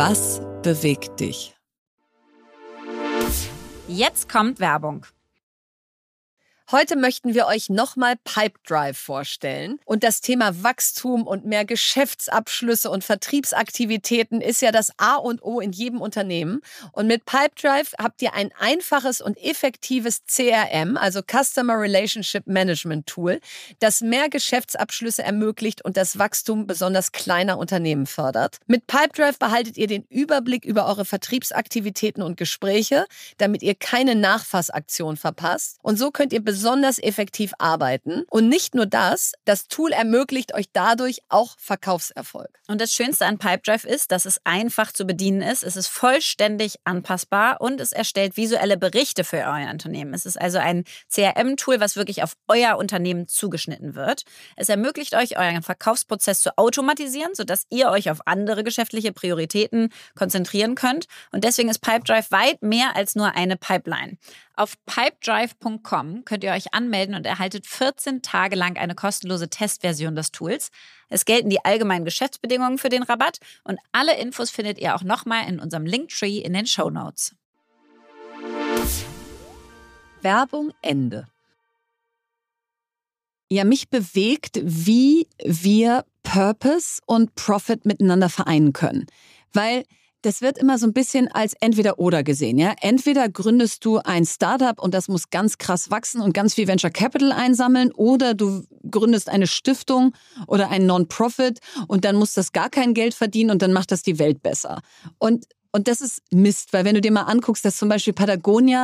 Was bewegt dich? Jetzt kommt Werbung. Heute möchten wir euch nochmal Pipedrive vorstellen. Und das Thema Wachstum und mehr Geschäftsabschlüsse und Vertriebsaktivitäten ist ja das A und O in jedem Unternehmen. Und mit Pipedrive habt ihr ein einfaches und effektives CRM, also Customer Relationship Management Tool, das mehr Geschäftsabschlüsse ermöglicht und das Wachstum besonders kleiner Unternehmen fördert. Mit Pipedrive behaltet ihr den Überblick über eure Vertriebsaktivitäten und Gespräche, damit ihr keine Nachfassaktion verpasst. Und so könnt ihr besonders effektiv arbeiten. Und nicht nur das Tool ermöglicht euch dadurch auch Verkaufserfolg. Und das Schönste an Pipedrive ist, dass es einfach zu bedienen ist. Es ist vollständig anpassbar und es erstellt visuelle Berichte für euer Unternehmen. Es ist also ein CRM-Tool, was wirklich auf euer Unternehmen zugeschnitten wird. Es ermöglicht euch, euren Verkaufsprozess zu automatisieren, sodass ihr euch auf andere geschäftliche Prioritäten konzentrieren könnt. Und deswegen ist Pipedrive weit mehr als nur eine Pipeline. Auf pipedrive.com könnt ihr euch anmelden und erhaltet 14 Tage lang eine kostenlose Testversion des Tools. Es gelten die allgemeinen Geschäftsbedingungen für den Rabatt und alle Infos findet ihr auch nochmal in unserem Linktree in den Shownotes. Werbung Ende. Ja, mich bewegt, wie wir Purpose und Profit miteinander vereinen können. Weil das wird immer so ein bisschen als Entweder-Oder gesehen. Ja? Entweder gründest du ein Startup und das muss ganz krass wachsen und ganz viel Venture Capital einsammeln, oder du gründest eine Stiftung oder ein Non-Profit und dann muss das gar kein Geld verdienen und dann macht das die Welt besser. Und das ist Mist, weil wenn du dir mal anguckst, dass zum Beispiel Patagonia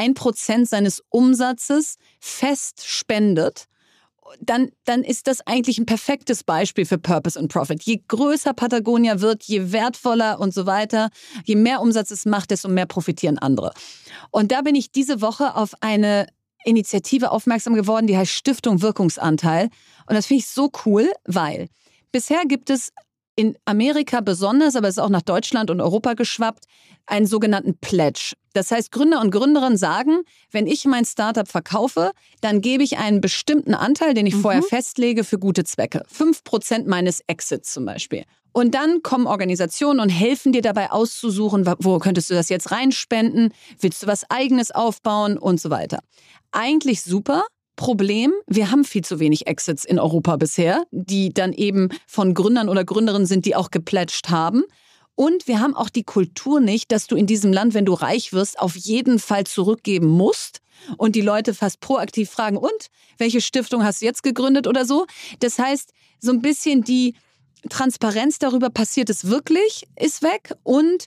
1% seines Umsatzes fest spendet, dann ist das eigentlich ein perfektes Beispiel für Purpose und Profit. Je größer Patagonia wird, je wertvoller und so weiter, je mehr Umsatz es macht, desto mehr profitieren andere. Und da bin ich diese Woche auf eine Initiative aufmerksam geworden, die heißt Stiftung Wirkungsanteil. Und das finde ich so cool, weil bisher gibt es in Amerika besonders, aber es ist auch nach Deutschland und Europa geschwappt, einen sogenannten Pledge. Das heißt, Gründer und Gründerinnen sagen, wenn ich mein Startup verkaufe, dann gebe ich einen bestimmten Anteil, den ich vorher festlege, für gute Zwecke. 5% meines Exits zum Beispiel. Und dann kommen Organisationen und helfen dir dabei auszusuchen, wo könntest du das jetzt reinspenden, willst du was Eigenes aufbauen und so weiter. Eigentlich super. Problem, wir haben viel zu wenig Exits in Europa bisher, die dann eben von Gründern oder Gründerinnen sind, die auch geplätscht haben. Und wir haben auch die Kultur nicht, dass du in diesem Land, wenn du reich wirst, auf jeden Fall zurückgeben musst und die Leute fast proaktiv fragen, und welche Stiftung hast du jetzt gegründet oder so. Das heißt, so ein bisschen die Transparenz darüber, passiert es wirklich, ist weg, und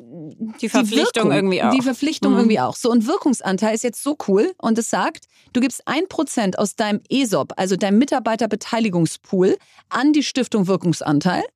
die Verpflichtung irgendwie auch. Die Verpflichtung irgendwie auch. So, und Wirkungsanteil ist jetzt so cool und es sagt, du gibst 1% aus deinem ESOP, also deinem Mitarbeiterbeteiligungspool, an die Stiftung Wirkungsanteil.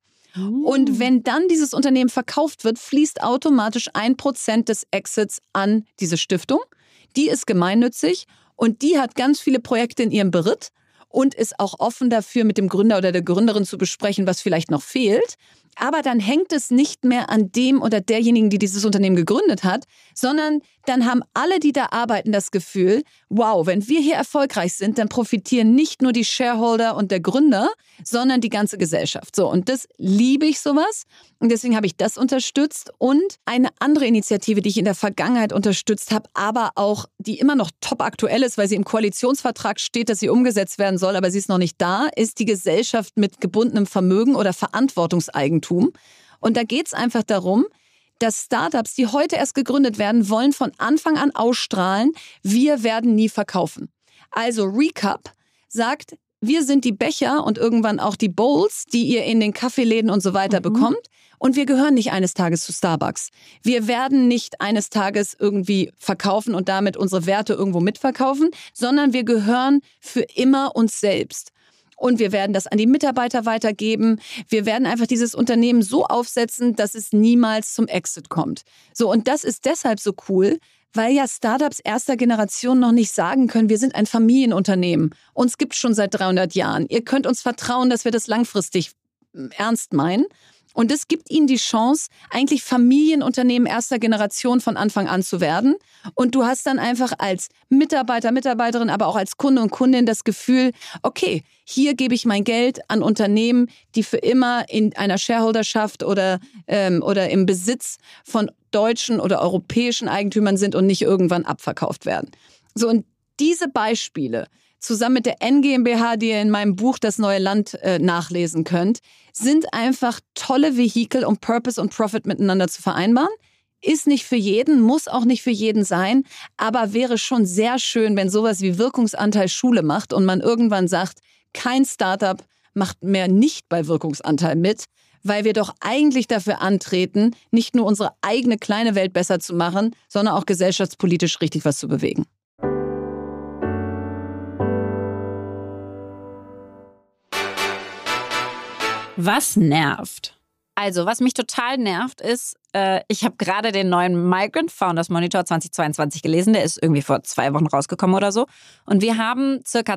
Und wenn dann dieses Unternehmen verkauft wird, fließt automatisch 1% des Exits an diese Stiftung. Die ist gemeinnützig und die hat ganz viele Projekte in ihrem Beritt und ist auch offen dafür, mit dem Gründer oder der Gründerin zu besprechen, was vielleicht noch fehlt. Aber dann hängt es nicht mehr an dem oder derjenigen, die dieses Unternehmen gegründet hat, sondern dann haben alle, die da arbeiten, das Gefühl, wow, wenn wir hier erfolgreich sind, dann profitieren nicht nur die Shareholder und der Gründer, sondern die ganze Gesellschaft. So, und das liebe ich, sowas. Und deswegen habe ich das unterstützt. Und eine andere Initiative, die ich in der Vergangenheit unterstützt habe, aber auch, die immer noch top aktuell ist, weil sie im Koalitionsvertrag steht, dass sie umgesetzt werden soll, aber sie ist noch nicht da, ist die Gesellschaft mit gebundenem Vermögen oder Verantwortungseigentum. Und da geht es einfach darum, dass Startups, die heute erst gegründet werden, wollen von Anfang an ausstrahlen, wir werden nie verkaufen. Also Recap sagt, wir sind die Becher und irgendwann auch die Bowls, die ihr in den Kaffeeläden und so weiter bekommt. Und wir gehören nicht eines Tages zu Starbucks. Wir werden nicht eines Tages irgendwie verkaufen und damit unsere Werte irgendwo mitverkaufen, sondern wir gehören für immer uns selbst. Und wir werden das an die Mitarbeiter weitergeben. Wir werden einfach dieses Unternehmen so aufsetzen, dass es niemals zum Exit kommt. So, und das ist deshalb so cool, weil ja Startups erster Generation noch nicht sagen können, wir sind ein Familienunternehmen. Uns gibt es schon seit 300 Jahren. Ihr könnt uns vertrauen, dass wir das langfristig ernst meinen. Und es gibt ihnen die Chance, eigentlich Familienunternehmen erster Generation von Anfang an zu werden. Und du hast dann einfach als Mitarbeiter, Mitarbeiterin, aber auch als Kunde und Kundin das Gefühl, okay, hier gebe ich mein Geld an Unternehmen, die für immer in einer Shareholderschaft oder im Besitz von deutschen oder europäischen Eigentümern sind und nicht irgendwann abverkauft werden. So, und diese Beispiele zusammen mit der N-GmbH, die ihr in meinem Buch Das neue Land nachlesen könnt, sind einfach tolle Vehikel, um Purpose und Profit miteinander zu vereinbaren. Ist nicht für jeden, muss auch nicht für jeden sein, aber wäre schon sehr schön, wenn sowas wie Wirkungsanteil Schule macht und man irgendwann sagt, kein Startup macht mehr nicht bei Wirkungsanteil mit, weil wir doch eigentlich dafür antreten, nicht nur unsere eigene kleine Welt besser zu machen, sondern auch gesellschaftspolitisch richtig was zu bewegen. Was nervt? Also, was mich total nervt, ist, ich habe gerade den neuen Migrant Founders Monitor 2022 gelesen. Der ist irgendwie vor 2 Wochen rausgekommen oder so. Und wir haben circa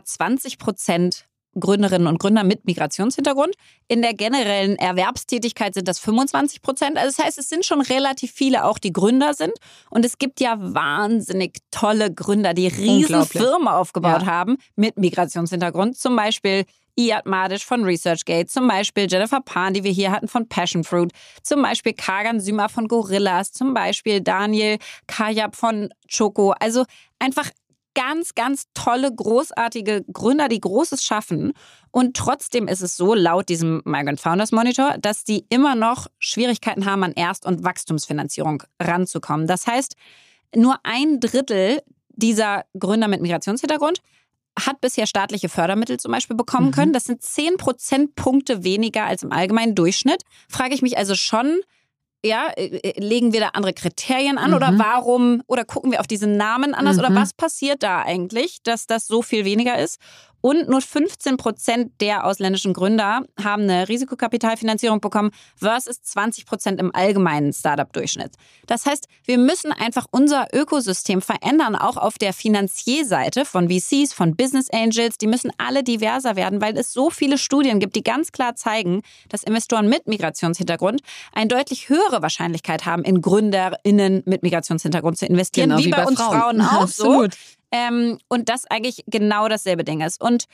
20% Gründerinnen und Gründer mit Migrationshintergrund. In der generellen Erwerbstätigkeit sind das 25%. Also das heißt, es sind schon relativ viele auch, die Gründer sind. Und es gibt ja wahnsinnig tolle Gründer, die riesen Firmen aufgebaut haben mit Migrationshintergrund. Zum Beispiel Iyad Madisch von ResearchGate, zum Beispiel Jennifer Pan, die wir hier hatten von Passion Fruit, zum Beispiel Kagan Sümer von Gorillas, zum Beispiel Daniel Kajab von Choco. Also einfach ganz, ganz tolle, großartige Gründer, die Großes schaffen. Und trotzdem ist es so, laut diesem Migrant Founders Monitor, dass die immer noch Schwierigkeiten haben, an Erst- und Wachstumsfinanzierung ranzukommen. Das heißt, nur 1/3 dieser Gründer mit Migrationshintergrund hat bisher staatliche Fördermittel zum Beispiel bekommen können. Das sind 10 Prozentpunkte weniger als im allgemeinen Durchschnitt. Frage ich mich also schon, ja, legen wir da andere Kriterien an oder warum, oder gucken wir auf diese Namen anders oder was passiert da eigentlich, dass das so viel weniger ist? Und nur 15% der ausländischen Gründer haben eine Risikokapitalfinanzierung bekommen versus 20% im allgemeinen Startup-Durchschnitt. Das heißt, wir müssen einfach unser Ökosystem verändern, auch auf der Finanzierseite von VCs, von Business Angels. Die müssen alle diverser werden, weil es so viele Studien gibt, die ganz klar zeigen, dass Investoren mit Migrationshintergrund eine deutlich höhere Wahrscheinlichkeit haben, in GründerInnen mit Migrationshintergrund zu investieren, genau, wie bei uns Frauen auch so. Absolut. Und das eigentlich genau dasselbe Ding ist. Und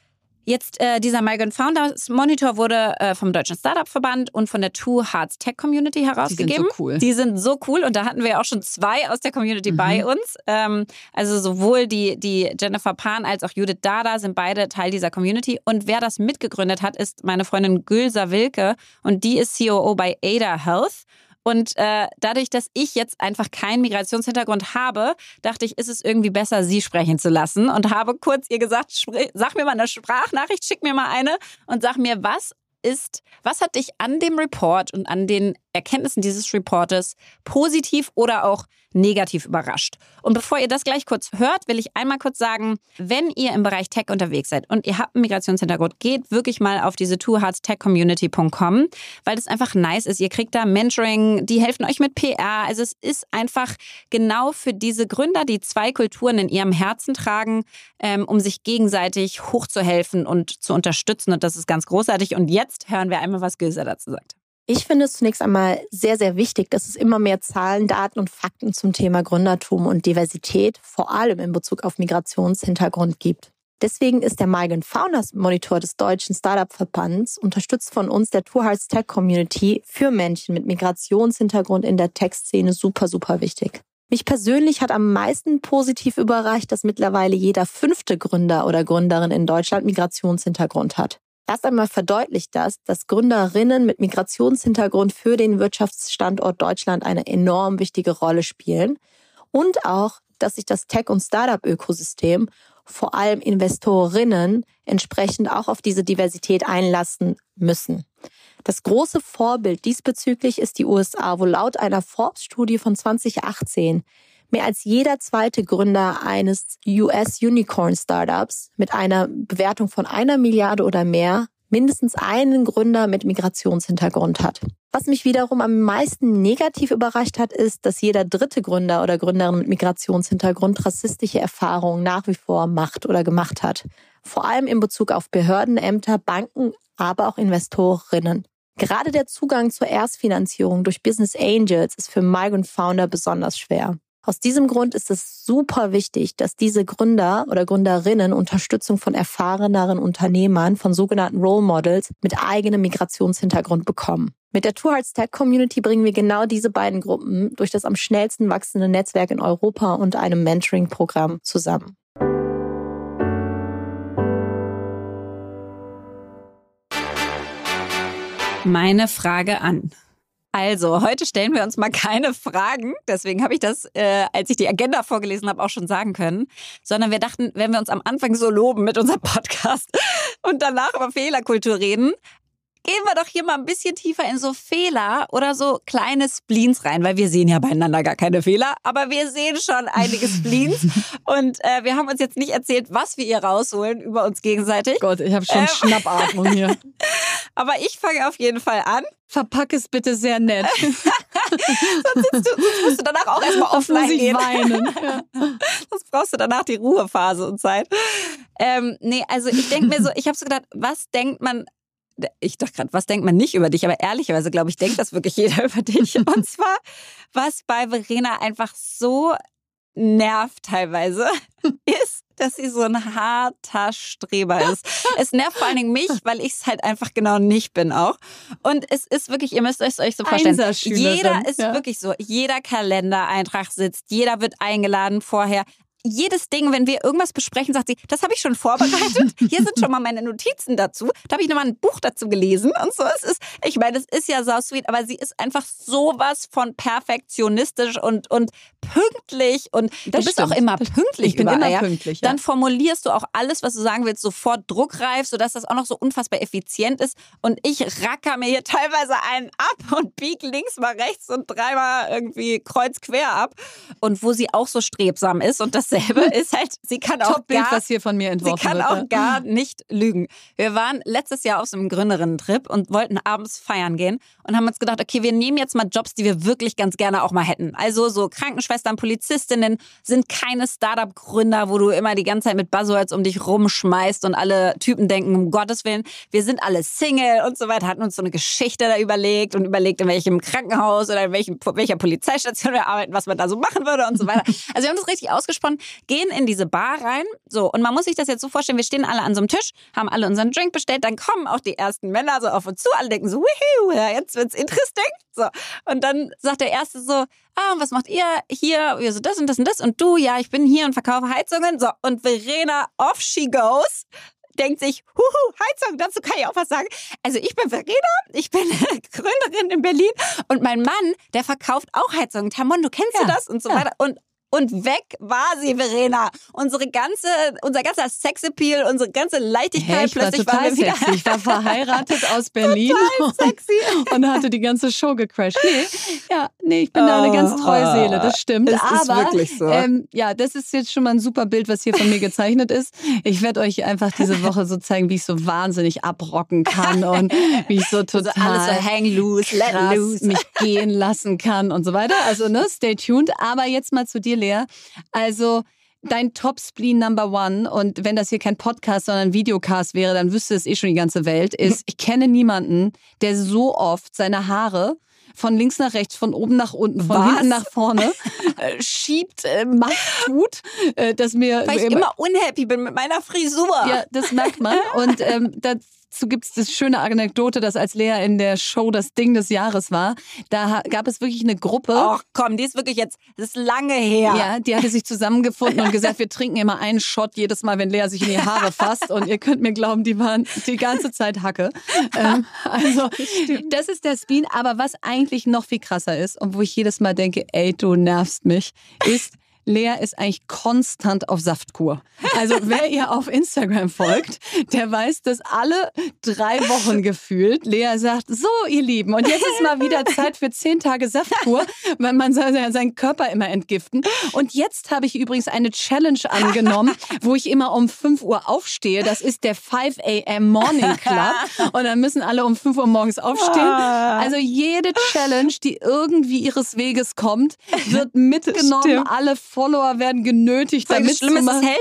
jetzt dieser Migrant Founders Monitor wurde vom Deutschen Startup-Verband und von der Two Hearts Tech Community herausgegeben. Die sind so cool. Die sind so cool und da hatten wir auch schon 2 aus der Community bei uns. Also sowohl die Jennifer Pan als auch Judith Dada sind beide Teil dieser Community. Und wer das mitgegründet hat, ist meine Freundin Gülsa Wilke und die ist COO bei Ada Health. Und dadurch, dass ich jetzt einfach keinen Migrationshintergrund habe, dachte ich, ist es irgendwie besser, sie sprechen zu lassen. Und habe kurz ihr gesagt, sag mir mal eine Sprachnachricht, schick mir mal eine und sag mir, was hat dich an dem Report und an den Erkenntnissen dieses Reportes positiv oder auch negativ überrascht? Und bevor ihr das gleich kurz hört, will ich einmal kurz sagen, wenn ihr im Bereich Tech unterwegs seid und ihr habt einen Migrationshintergrund, geht wirklich mal auf diese twoheartstechcommunity.com, weil das einfach nice ist. Ihr kriegt da Mentoring, die helfen euch mit PR. Also es ist einfach genau für diese Gründer, die 2 Kulturen in ihrem Herzen tragen, um sich gegenseitig hochzuhelfen und zu unterstützen. Und das ist ganz großartig. Und jetzt hören wir einmal, was Gülsa dazu sagt. Ich finde es zunächst einmal sehr, sehr wichtig, dass es immer mehr Zahlen, Daten und Fakten zum Thema Gründertum und Diversität, vor allem in Bezug auf Migrationshintergrund gibt. Deswegen ist der Migrant Founders Monitor des Deutschen Startup-Verbands, unterstützt von uns der Two Hearts Tech Community, für Menschen mit Migrationshintergrund in der Tech-Szene super, super wichtig. Mich persönlich hat am meisten positiv überrascht, dass mittlerweile jeder 5. Gründer oder Gründerin in Deutschland Migrationshintergrund hat. Erst einmal verdeutlicht das, dass Gründerinnen mit Migrationshintergrund für den Wirtschaftsstandort Deutschland eine enorm wichtige Rolle spielen und auch, dass sich das Tech- und Startup-Ökosystem, vor allem Investorinnen, entsprechend auch auf diese Diversität einlassen müssen. Das große Vorbild diesbezüglich ist die USA, wo laut einer Forbes-Studie von 2018 mehr als jeder 2. Gründer eines US-Unicorn-Startups mit einer Bewertung von 1 Milliarde oder mehr mindestens einen Gründer mit Migrationshintergrund hat. Was mich wiederum am meisten negativ überrascht hat, ist, dass jeder 3. Gründer oder Gründerin mit Migrationshintergrund rassistische Erfahrungen nach wie vor macht oder gemacht hat. Vor allem in Bezug auf Behörden, Ämter, Banken, aber auch Investorinnen. Gerade der Zugang zur Erstfinanzierung durch Business Angels ist für Migrant Founder besonders schwer. Aus diesem Grund ist es super wichtig, dass diese Gründer oder Gründerinnen Unterstützung von erfahreneren Unternehmern, von sogenannten Role Models mit eigenem Migrationshintergrund bekommen. Mit der Two Hearts Tech Community bringen wir genau diese beiden Gruppen durch das am schnellsten wachsende Netzwerk in Europa und einem Mentoring-Programm zusammen. Meine Frage an. Also, heute stellen wir uns mal keine Fragen. Deswegen habe ich das, als ich die Agenda vorgelesen habe, auch schon sagen können. Sondern wir dachten, wenn wir uns am Anfang so loben mit unserem Podcast und danach über Fehlerkultur reden, gehen wir doch hier mal ein bisschen tiefer in so Fehler oder so kleine Spleens rein, weil wir sehen ja beieinander gar keine Fehler, aber wir sehen schon einige Spleens und wir haben uns jetzt nicht erzählt, was wir hier rausholen über uns gegenseitig. Gott, ich habe schon Schnappatmung hier. Aber ich fange auf jeden Fall an. Verpack es bitte sehr nett. Sonst musst du danach auch erstmal offline gehen. Weinen. Ja. Sonst brauchst du danach die Ruhephase und Zeit. Also ich denke mir so, ich habe so gedacht, was denkt man nicht über dich, aber ehrlicherweise glaube ich, denkt das wirklich jeder über dich. Und zwar, was bei Verena einfach so nervt teilweise, ist, dass sie so ein harter Streber ist. Es nervt vor allen Dingen mich, weil ich es halt einfach genau nicht bin auch. Und es ist wirklich, ihr müsst es euch so vorstellen, jeder ist wirklich so, jeder Kalendereintrag sitzt, jeder wird eingeladen vorher. Jedes Ding, wenn wir irgendwas besprechen, sagt sie, das habe ich schon vorbereitet. Hier sind schon mal meine Notizen dazu. Da habe ich nochmal ein Buch dazu gelesen und so. Ich meine, es ist ja so sweet, aber sie ist einfach sowas von perfektionistisch und pünktlich. Und du bist auch immer pünktlich. Ich bin immer pünktlich, ja. Dann formulierst du auch alles, was du sagen willst, sofort druckreif, sodass das auch noch so unfassbar effizient ist. Und ich racker mir hier teilweise einen ab und bieg links mal rechts und dreimal irgendwie kreuz quer ab. Und wo sie auch so strebsam ist und das ist halt, sie kann auch was hier von mir entworfen sie kann wird, auch gar nicht lügen. Wir waren letztes Jahr auf so einem Gründerinnen-Trip und wollten abends feiern gehen und haben uns gedacht, okay, wir nehmen jetzt mal Jobs, die wir wirklich ganz gerne auch mal hätten. Also so Krankenschwestern, Polizistinnen sind keine Startup-Gründer, wo du immer die ganze Zeit mit Buzzwords um dich rumschmeißt und alle Typen denken, um Gottes Willen, wir sind alle Single und so weiter, hatten uns so eine Geschichte da überlegt, in welchem Krankenhaus oder in welcher Polizeistation wir arbeiten, was man da so machen würde und so weiter. Also wir haben das richtig ausgesprochen, gehen in diese Bar rein. So, und man muss sich das jetzt so vorstellen, wir stehen alle an so einem Tisch, haben alle unseren Drink bestellt, dann kommen auch die ersten Männer so auf uns zu, alle denken so, wuhu, ja, jetzt wird's interesting. So, und dann sagt der Erste so, was macht ihr hier? Wir so das und das und das und du, ja, ich bin hier und verkaufe Heizungen. So, und Verena, off she goes. Denkt sich, Heizung, dazu kann ich auch was sagen. Also ich bin Verena, ich bin Gründerin in Berlin und mein Mann, der verkauft auch Heizungen. Tamon, du kennst du das? Und so weiter. Und weg war sie, Verena. Unser ganzer Sexappeal, unsere ganze Leichtigkeit. Plötzlich war wir wieder sexy. Ich war verheiratet aus Berlin und hatte die ganze Show gecrashed. Ich bin da eine ganz treue Seele, das stimmt. Es ist wirklich so. Das ist jetzt schon mal ein super Bild, was hier von mir gezeichnet ist. Ich werde euch einfach diese Woche so zeigen, wie ich so wahnsinnig abrocken kann und wie ich so total alles so hang loose, let loose, mich gehen lassen kann und so weiter. Also stay tuned. Aber jetzt mal zu dir, Lea. Also dein Top-Spleen Number One, und wenn das hier kein Podcast, sondern ein Videocast wäre, dann wüsste es schon die ganze Welt, ist, ich kenne niemanden, der so oft seine Haare von links nach rechts, von oben nach unten, von hinten nach vorne schiebt, macht, tut, dass mir... Weil ich immer unhappy bin mit meiner Frisur. Ja, das merkt man. Und dazu gibt es das schöne Anekdote, dass als Lea in der Show das Ding des Jahres war, da gab es wirklich eine Gruppe. Ach komm, die ist wirklich das ist lange her. Ja, die hatte sich zusammengefunden und gesagt, wir trinken immer einen Shot jedes Mal, wenn Lea sich in die Haare fasst. Und ihr könnt mir glauben, die waren die ganze Zeit Hacke. Also das ist der Spleen. Aber was eigentlich noch viel krasser ist und wo ich jedes Mal denke, ey, du nervst mich, ist... Lea ist eigentlich konstant auf Saftkur. Also wer ihr auf Instagram folgt, der weiß, dass alle 3 Wochen gefühlt Lea sagt, so ihr Lieben, und jetzt ist mal wieder Zeit für 10 Tage Saftkur, weil man soll ja seinen Körper immer entgiften. Und jetzt habe ich übrigens eine Challenge angenommen, wo ich immer um 5 Uhr aufstehe. Das ist der 5 a.m. Morning Club. Und dann müssen alle um 5 Uhr morgens aufstehen. Also jede Challenge, die irgendwie ihres Weges kommt, wird mitgenommen. Alle Follower werden genötigt, da mitzumachen. Das hält auch nie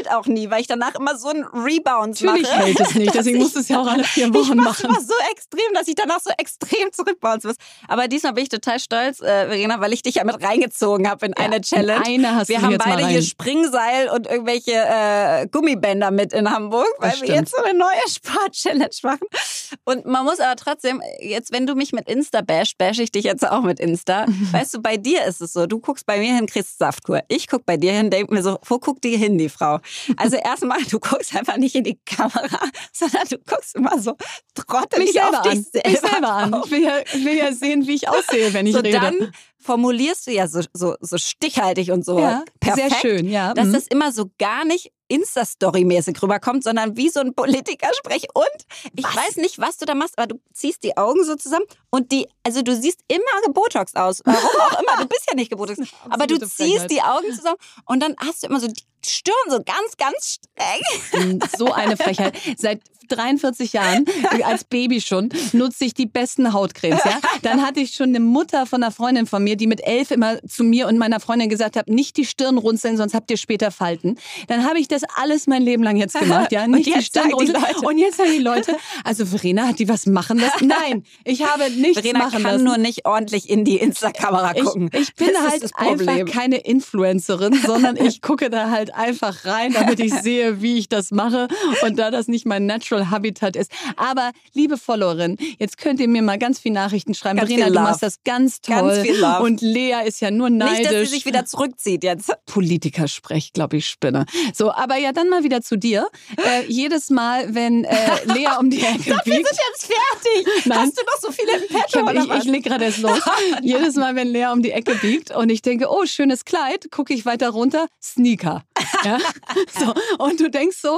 nie, weil ich danach immer so einen Rebound mache. Natürlich hält es nicht, deswegen musst du es ja auch alle 4 Wochen machen. Ich mache es so extrem, dass ich danach so extrem zurückbouncen muss. Aber diesmal bin ich total stolz, Verena, weil ich dich ja mit reingezogen habe in eine Challenge. Wir haben beide hier Springseil und irgendwelche Gummibänder mit in Hamburg, weil wir jetzt so eine neue Sport-Challenge machen. Und man muss aber trotzdem, jetzt wenn du mich mit Insta bash ich dich jetzt auch mit Insta. Weißt du, bei dir ist es so, du guckst bei mir hin, kriegst Saftkur. Ich guck bei dir hin, denk mir so, wo guckt die hin, die Frau? Also erstmal, du guckst einfach nicht in die Kamera, sondern du guckst immer so trottelig auf dich selber. Mich selber an. Ich will ja sehen, wie ich aussehe, wenn ich rede. Dann formulierst du ja so stichhaltig und so perfekt, sehr schön, ja. Dass das immer so gar nicht Insta-Story-mäßig rüberkommt, sondern wie so ein Politiker-Sprech. Und ich weiß nicht, was du da machst, aber du ziehst die Augen so zusammen und also du siehst immer gebotoxt aus. Warum auch immer, du bist ja nicht gebotoxt. Aber du ziehst die Augen zusammen und dann hast du immer so die Stirn so ganz, ganz streng. So eine Frechheit. Seit 43 Jahren, als Baby schon, nutze ich die besten Hautcremes. Ja? Dann hatte ich schon eine Mutter von einer Freundin von mir, die mit 11 immer zu mir und meiner Freundin gesagt hat, nicht die Stirn runzeln, sonst habt ihr später Falten. Dann habe ich das alles mein Leben lang jetzt gemacht. Ja? Nicht die Stirn runzeln. Und jetzt sagen die Leute, also Verena, hat die was machen lassen? Nein, ich habe nichts Verena machen lassen. Verena kann nur nicht ordentlich in die Insta-Kamera gucken. Ich bin halt einfach keine Influencerin, sondern ich gucke da halt einfach rein, damit ich sehe, wie ich das mache und da das nicht mein Natural Habitat ist. Aber liebe Followerin, jetzt könnt ihr mir mal ganz viele Nachrichten schreiben. Verena, du machst das ganz toll. Ganz viel Love. Und Lea ist ja nur neidisch. Nicht, dass sie sich wieder zurückzieht jetzt. Politikersprech, glaube ich, spinne. So, aber ja, dann mal wieder zu dir. Jedes Mal, wenn Lea um die Ecke biegt. Wir sind jetzt fertig. Nein. Hast du noch so viele im Petto? Ich leg gerade erst los. Jedes Mal, wenn Lea um die Ecke biegt und ich denke, oh, schönes Kleid, gucke ich weiter runter, Sneaker. Ja? So, und du denkst so,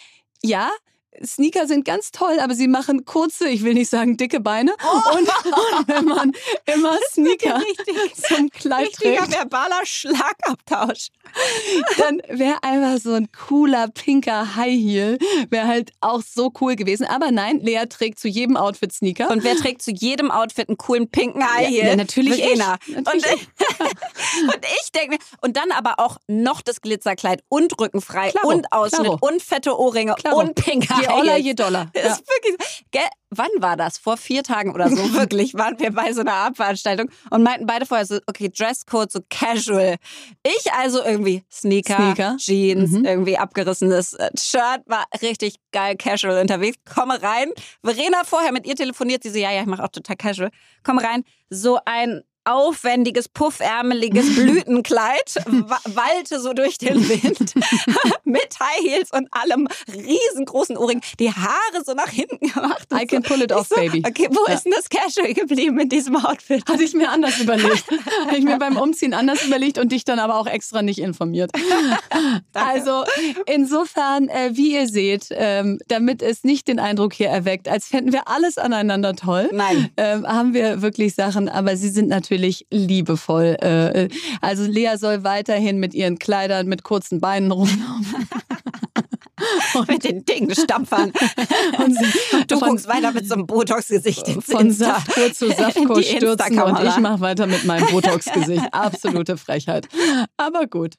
ja, Sneaker sind ganz toll, aber sie machen kurze, ich will nicht sagen dicke Beine. Und wenn man immer Sneaker zum Kleid trägt, richtiger verbaler Schlagabtausch. dann wäre einfach so ein cooler pinker High Heel, wäre halt auch so cool gewesen. Aber nein, Lea trägt zu jedem Outfit Sneaker. Und wer trägt zu jedem Outfit einen coolen pinken High Heel? Ja, natürlich Verena. Natürlich und ich denke mir, und dann aber auch noch das Glitzerkleid und rückenfrei und Ausschnitt und fette Ohrringe und pinker Je Oller, je Dollar. Das ist wirklich so. Wann war das? Vor 4 Tagen oder so. Wirklich waren wir bei so einer Abveranstaltung und meinten beide vorher so, okay, Dresscode, so casual. Ich also irgendwie Sneaker. Jeans, irgendwie abgerissenes Shirt, war richtig geil casual unterwegs. Komme rein. Verena vorher mit ihr telefoniert, sie so, ja, ich mache auch total casual. Komme rein, so ein aufwendiges, puffärmeliges Blütenkleid, wallte so durch den Wind mit High Heels und allem riesengroßen Ohrring, die Haare so nach hinten gemacht. I can pull it off, so, baby. Okay, wo ist denn das Casual geblieben in diesem Outfit? Hatte ich mir anders überlegt. Hatte ich mir beim Umziehen anders überlegt und dich dann aber auch extra nicht informiert. Also insofern, wie ihr seht, damit es nicht den Eindruck hier erweckt, als fänden wir alles aneinander toll. Nein. Haben wir wirklich Sachen, aber sie sind natürlich liebevoll. Also Lea soll weiterhin mit ihren Kleidern mit kurzen Beinen rumlaufen. Mit den Dingen stampfern. Und du guckst weiter mit so einem Botox-Gesicht ins Von Saftkur zu Saftkur stürzen und ich mache weiter mit meinem Botox-Gesicht. Absolute Frechheit. Aber gut.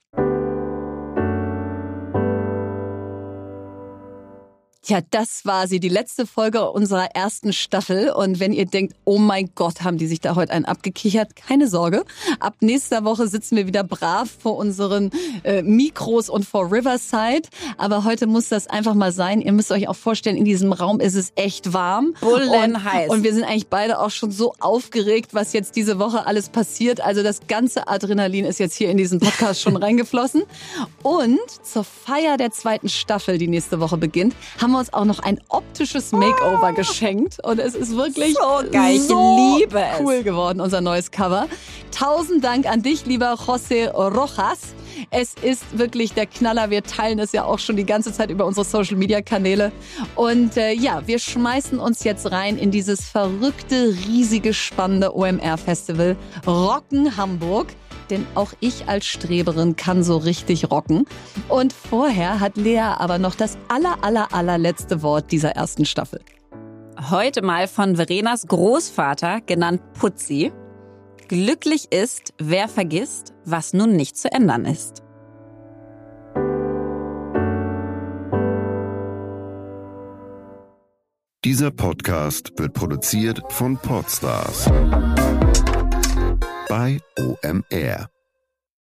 Ja, das war sie, die letzte Folge unserer ersten Staffel. Und wenn ihr denkt, oh mein Gott, haben die sich da heute einen abgekichert, keine Sorge. Ab nächster Woche sitzen wir wieder brav vor unseren Mikros und vor Riverside. Aber heute muss das einfach mal sein. Ihr müsst euch auch vorstellen, in diesem Raum ist es echt warm. Bullenheiß. Und wir sind eigentlich beide auch schon so aufgeregt, was jetzt diese Woche alles passiert. Also das ganze Adrenalin ist jetzt hier in diesen Podcast schon reingeflossen. Und zur Feier der 2. Staffel, die nächste Woche beginnt, haben wir uns auch noch ein optisches Makeover geschenkt. Und es ist wirklich so geil. So ich liebe cool geworden, unser neues Cover. 1000 Dank an dich, lieber José Rojas. Es ist wirklich der Knaller. Wir teilen es ja auch schon die ganze Zeit über unsere Social-Media-Kanäle. Und ja, wir schmeißen uns jetzt rein in dieses verrückte, riesige, spannende OMR-Festival Rocken Hamburg. Denn auch ich als Streberin kann so richtig rocken. Und vorher hat Lea aber noch das allerletzte Wort dieser ersten Staffel. Heute mal von Verenas Großvater, genannt Putzi. Glücklich ist, wer vergisst, was nun nicht zu ändern ist. Dieser Podcast wird produziert von Podstars bei OMR.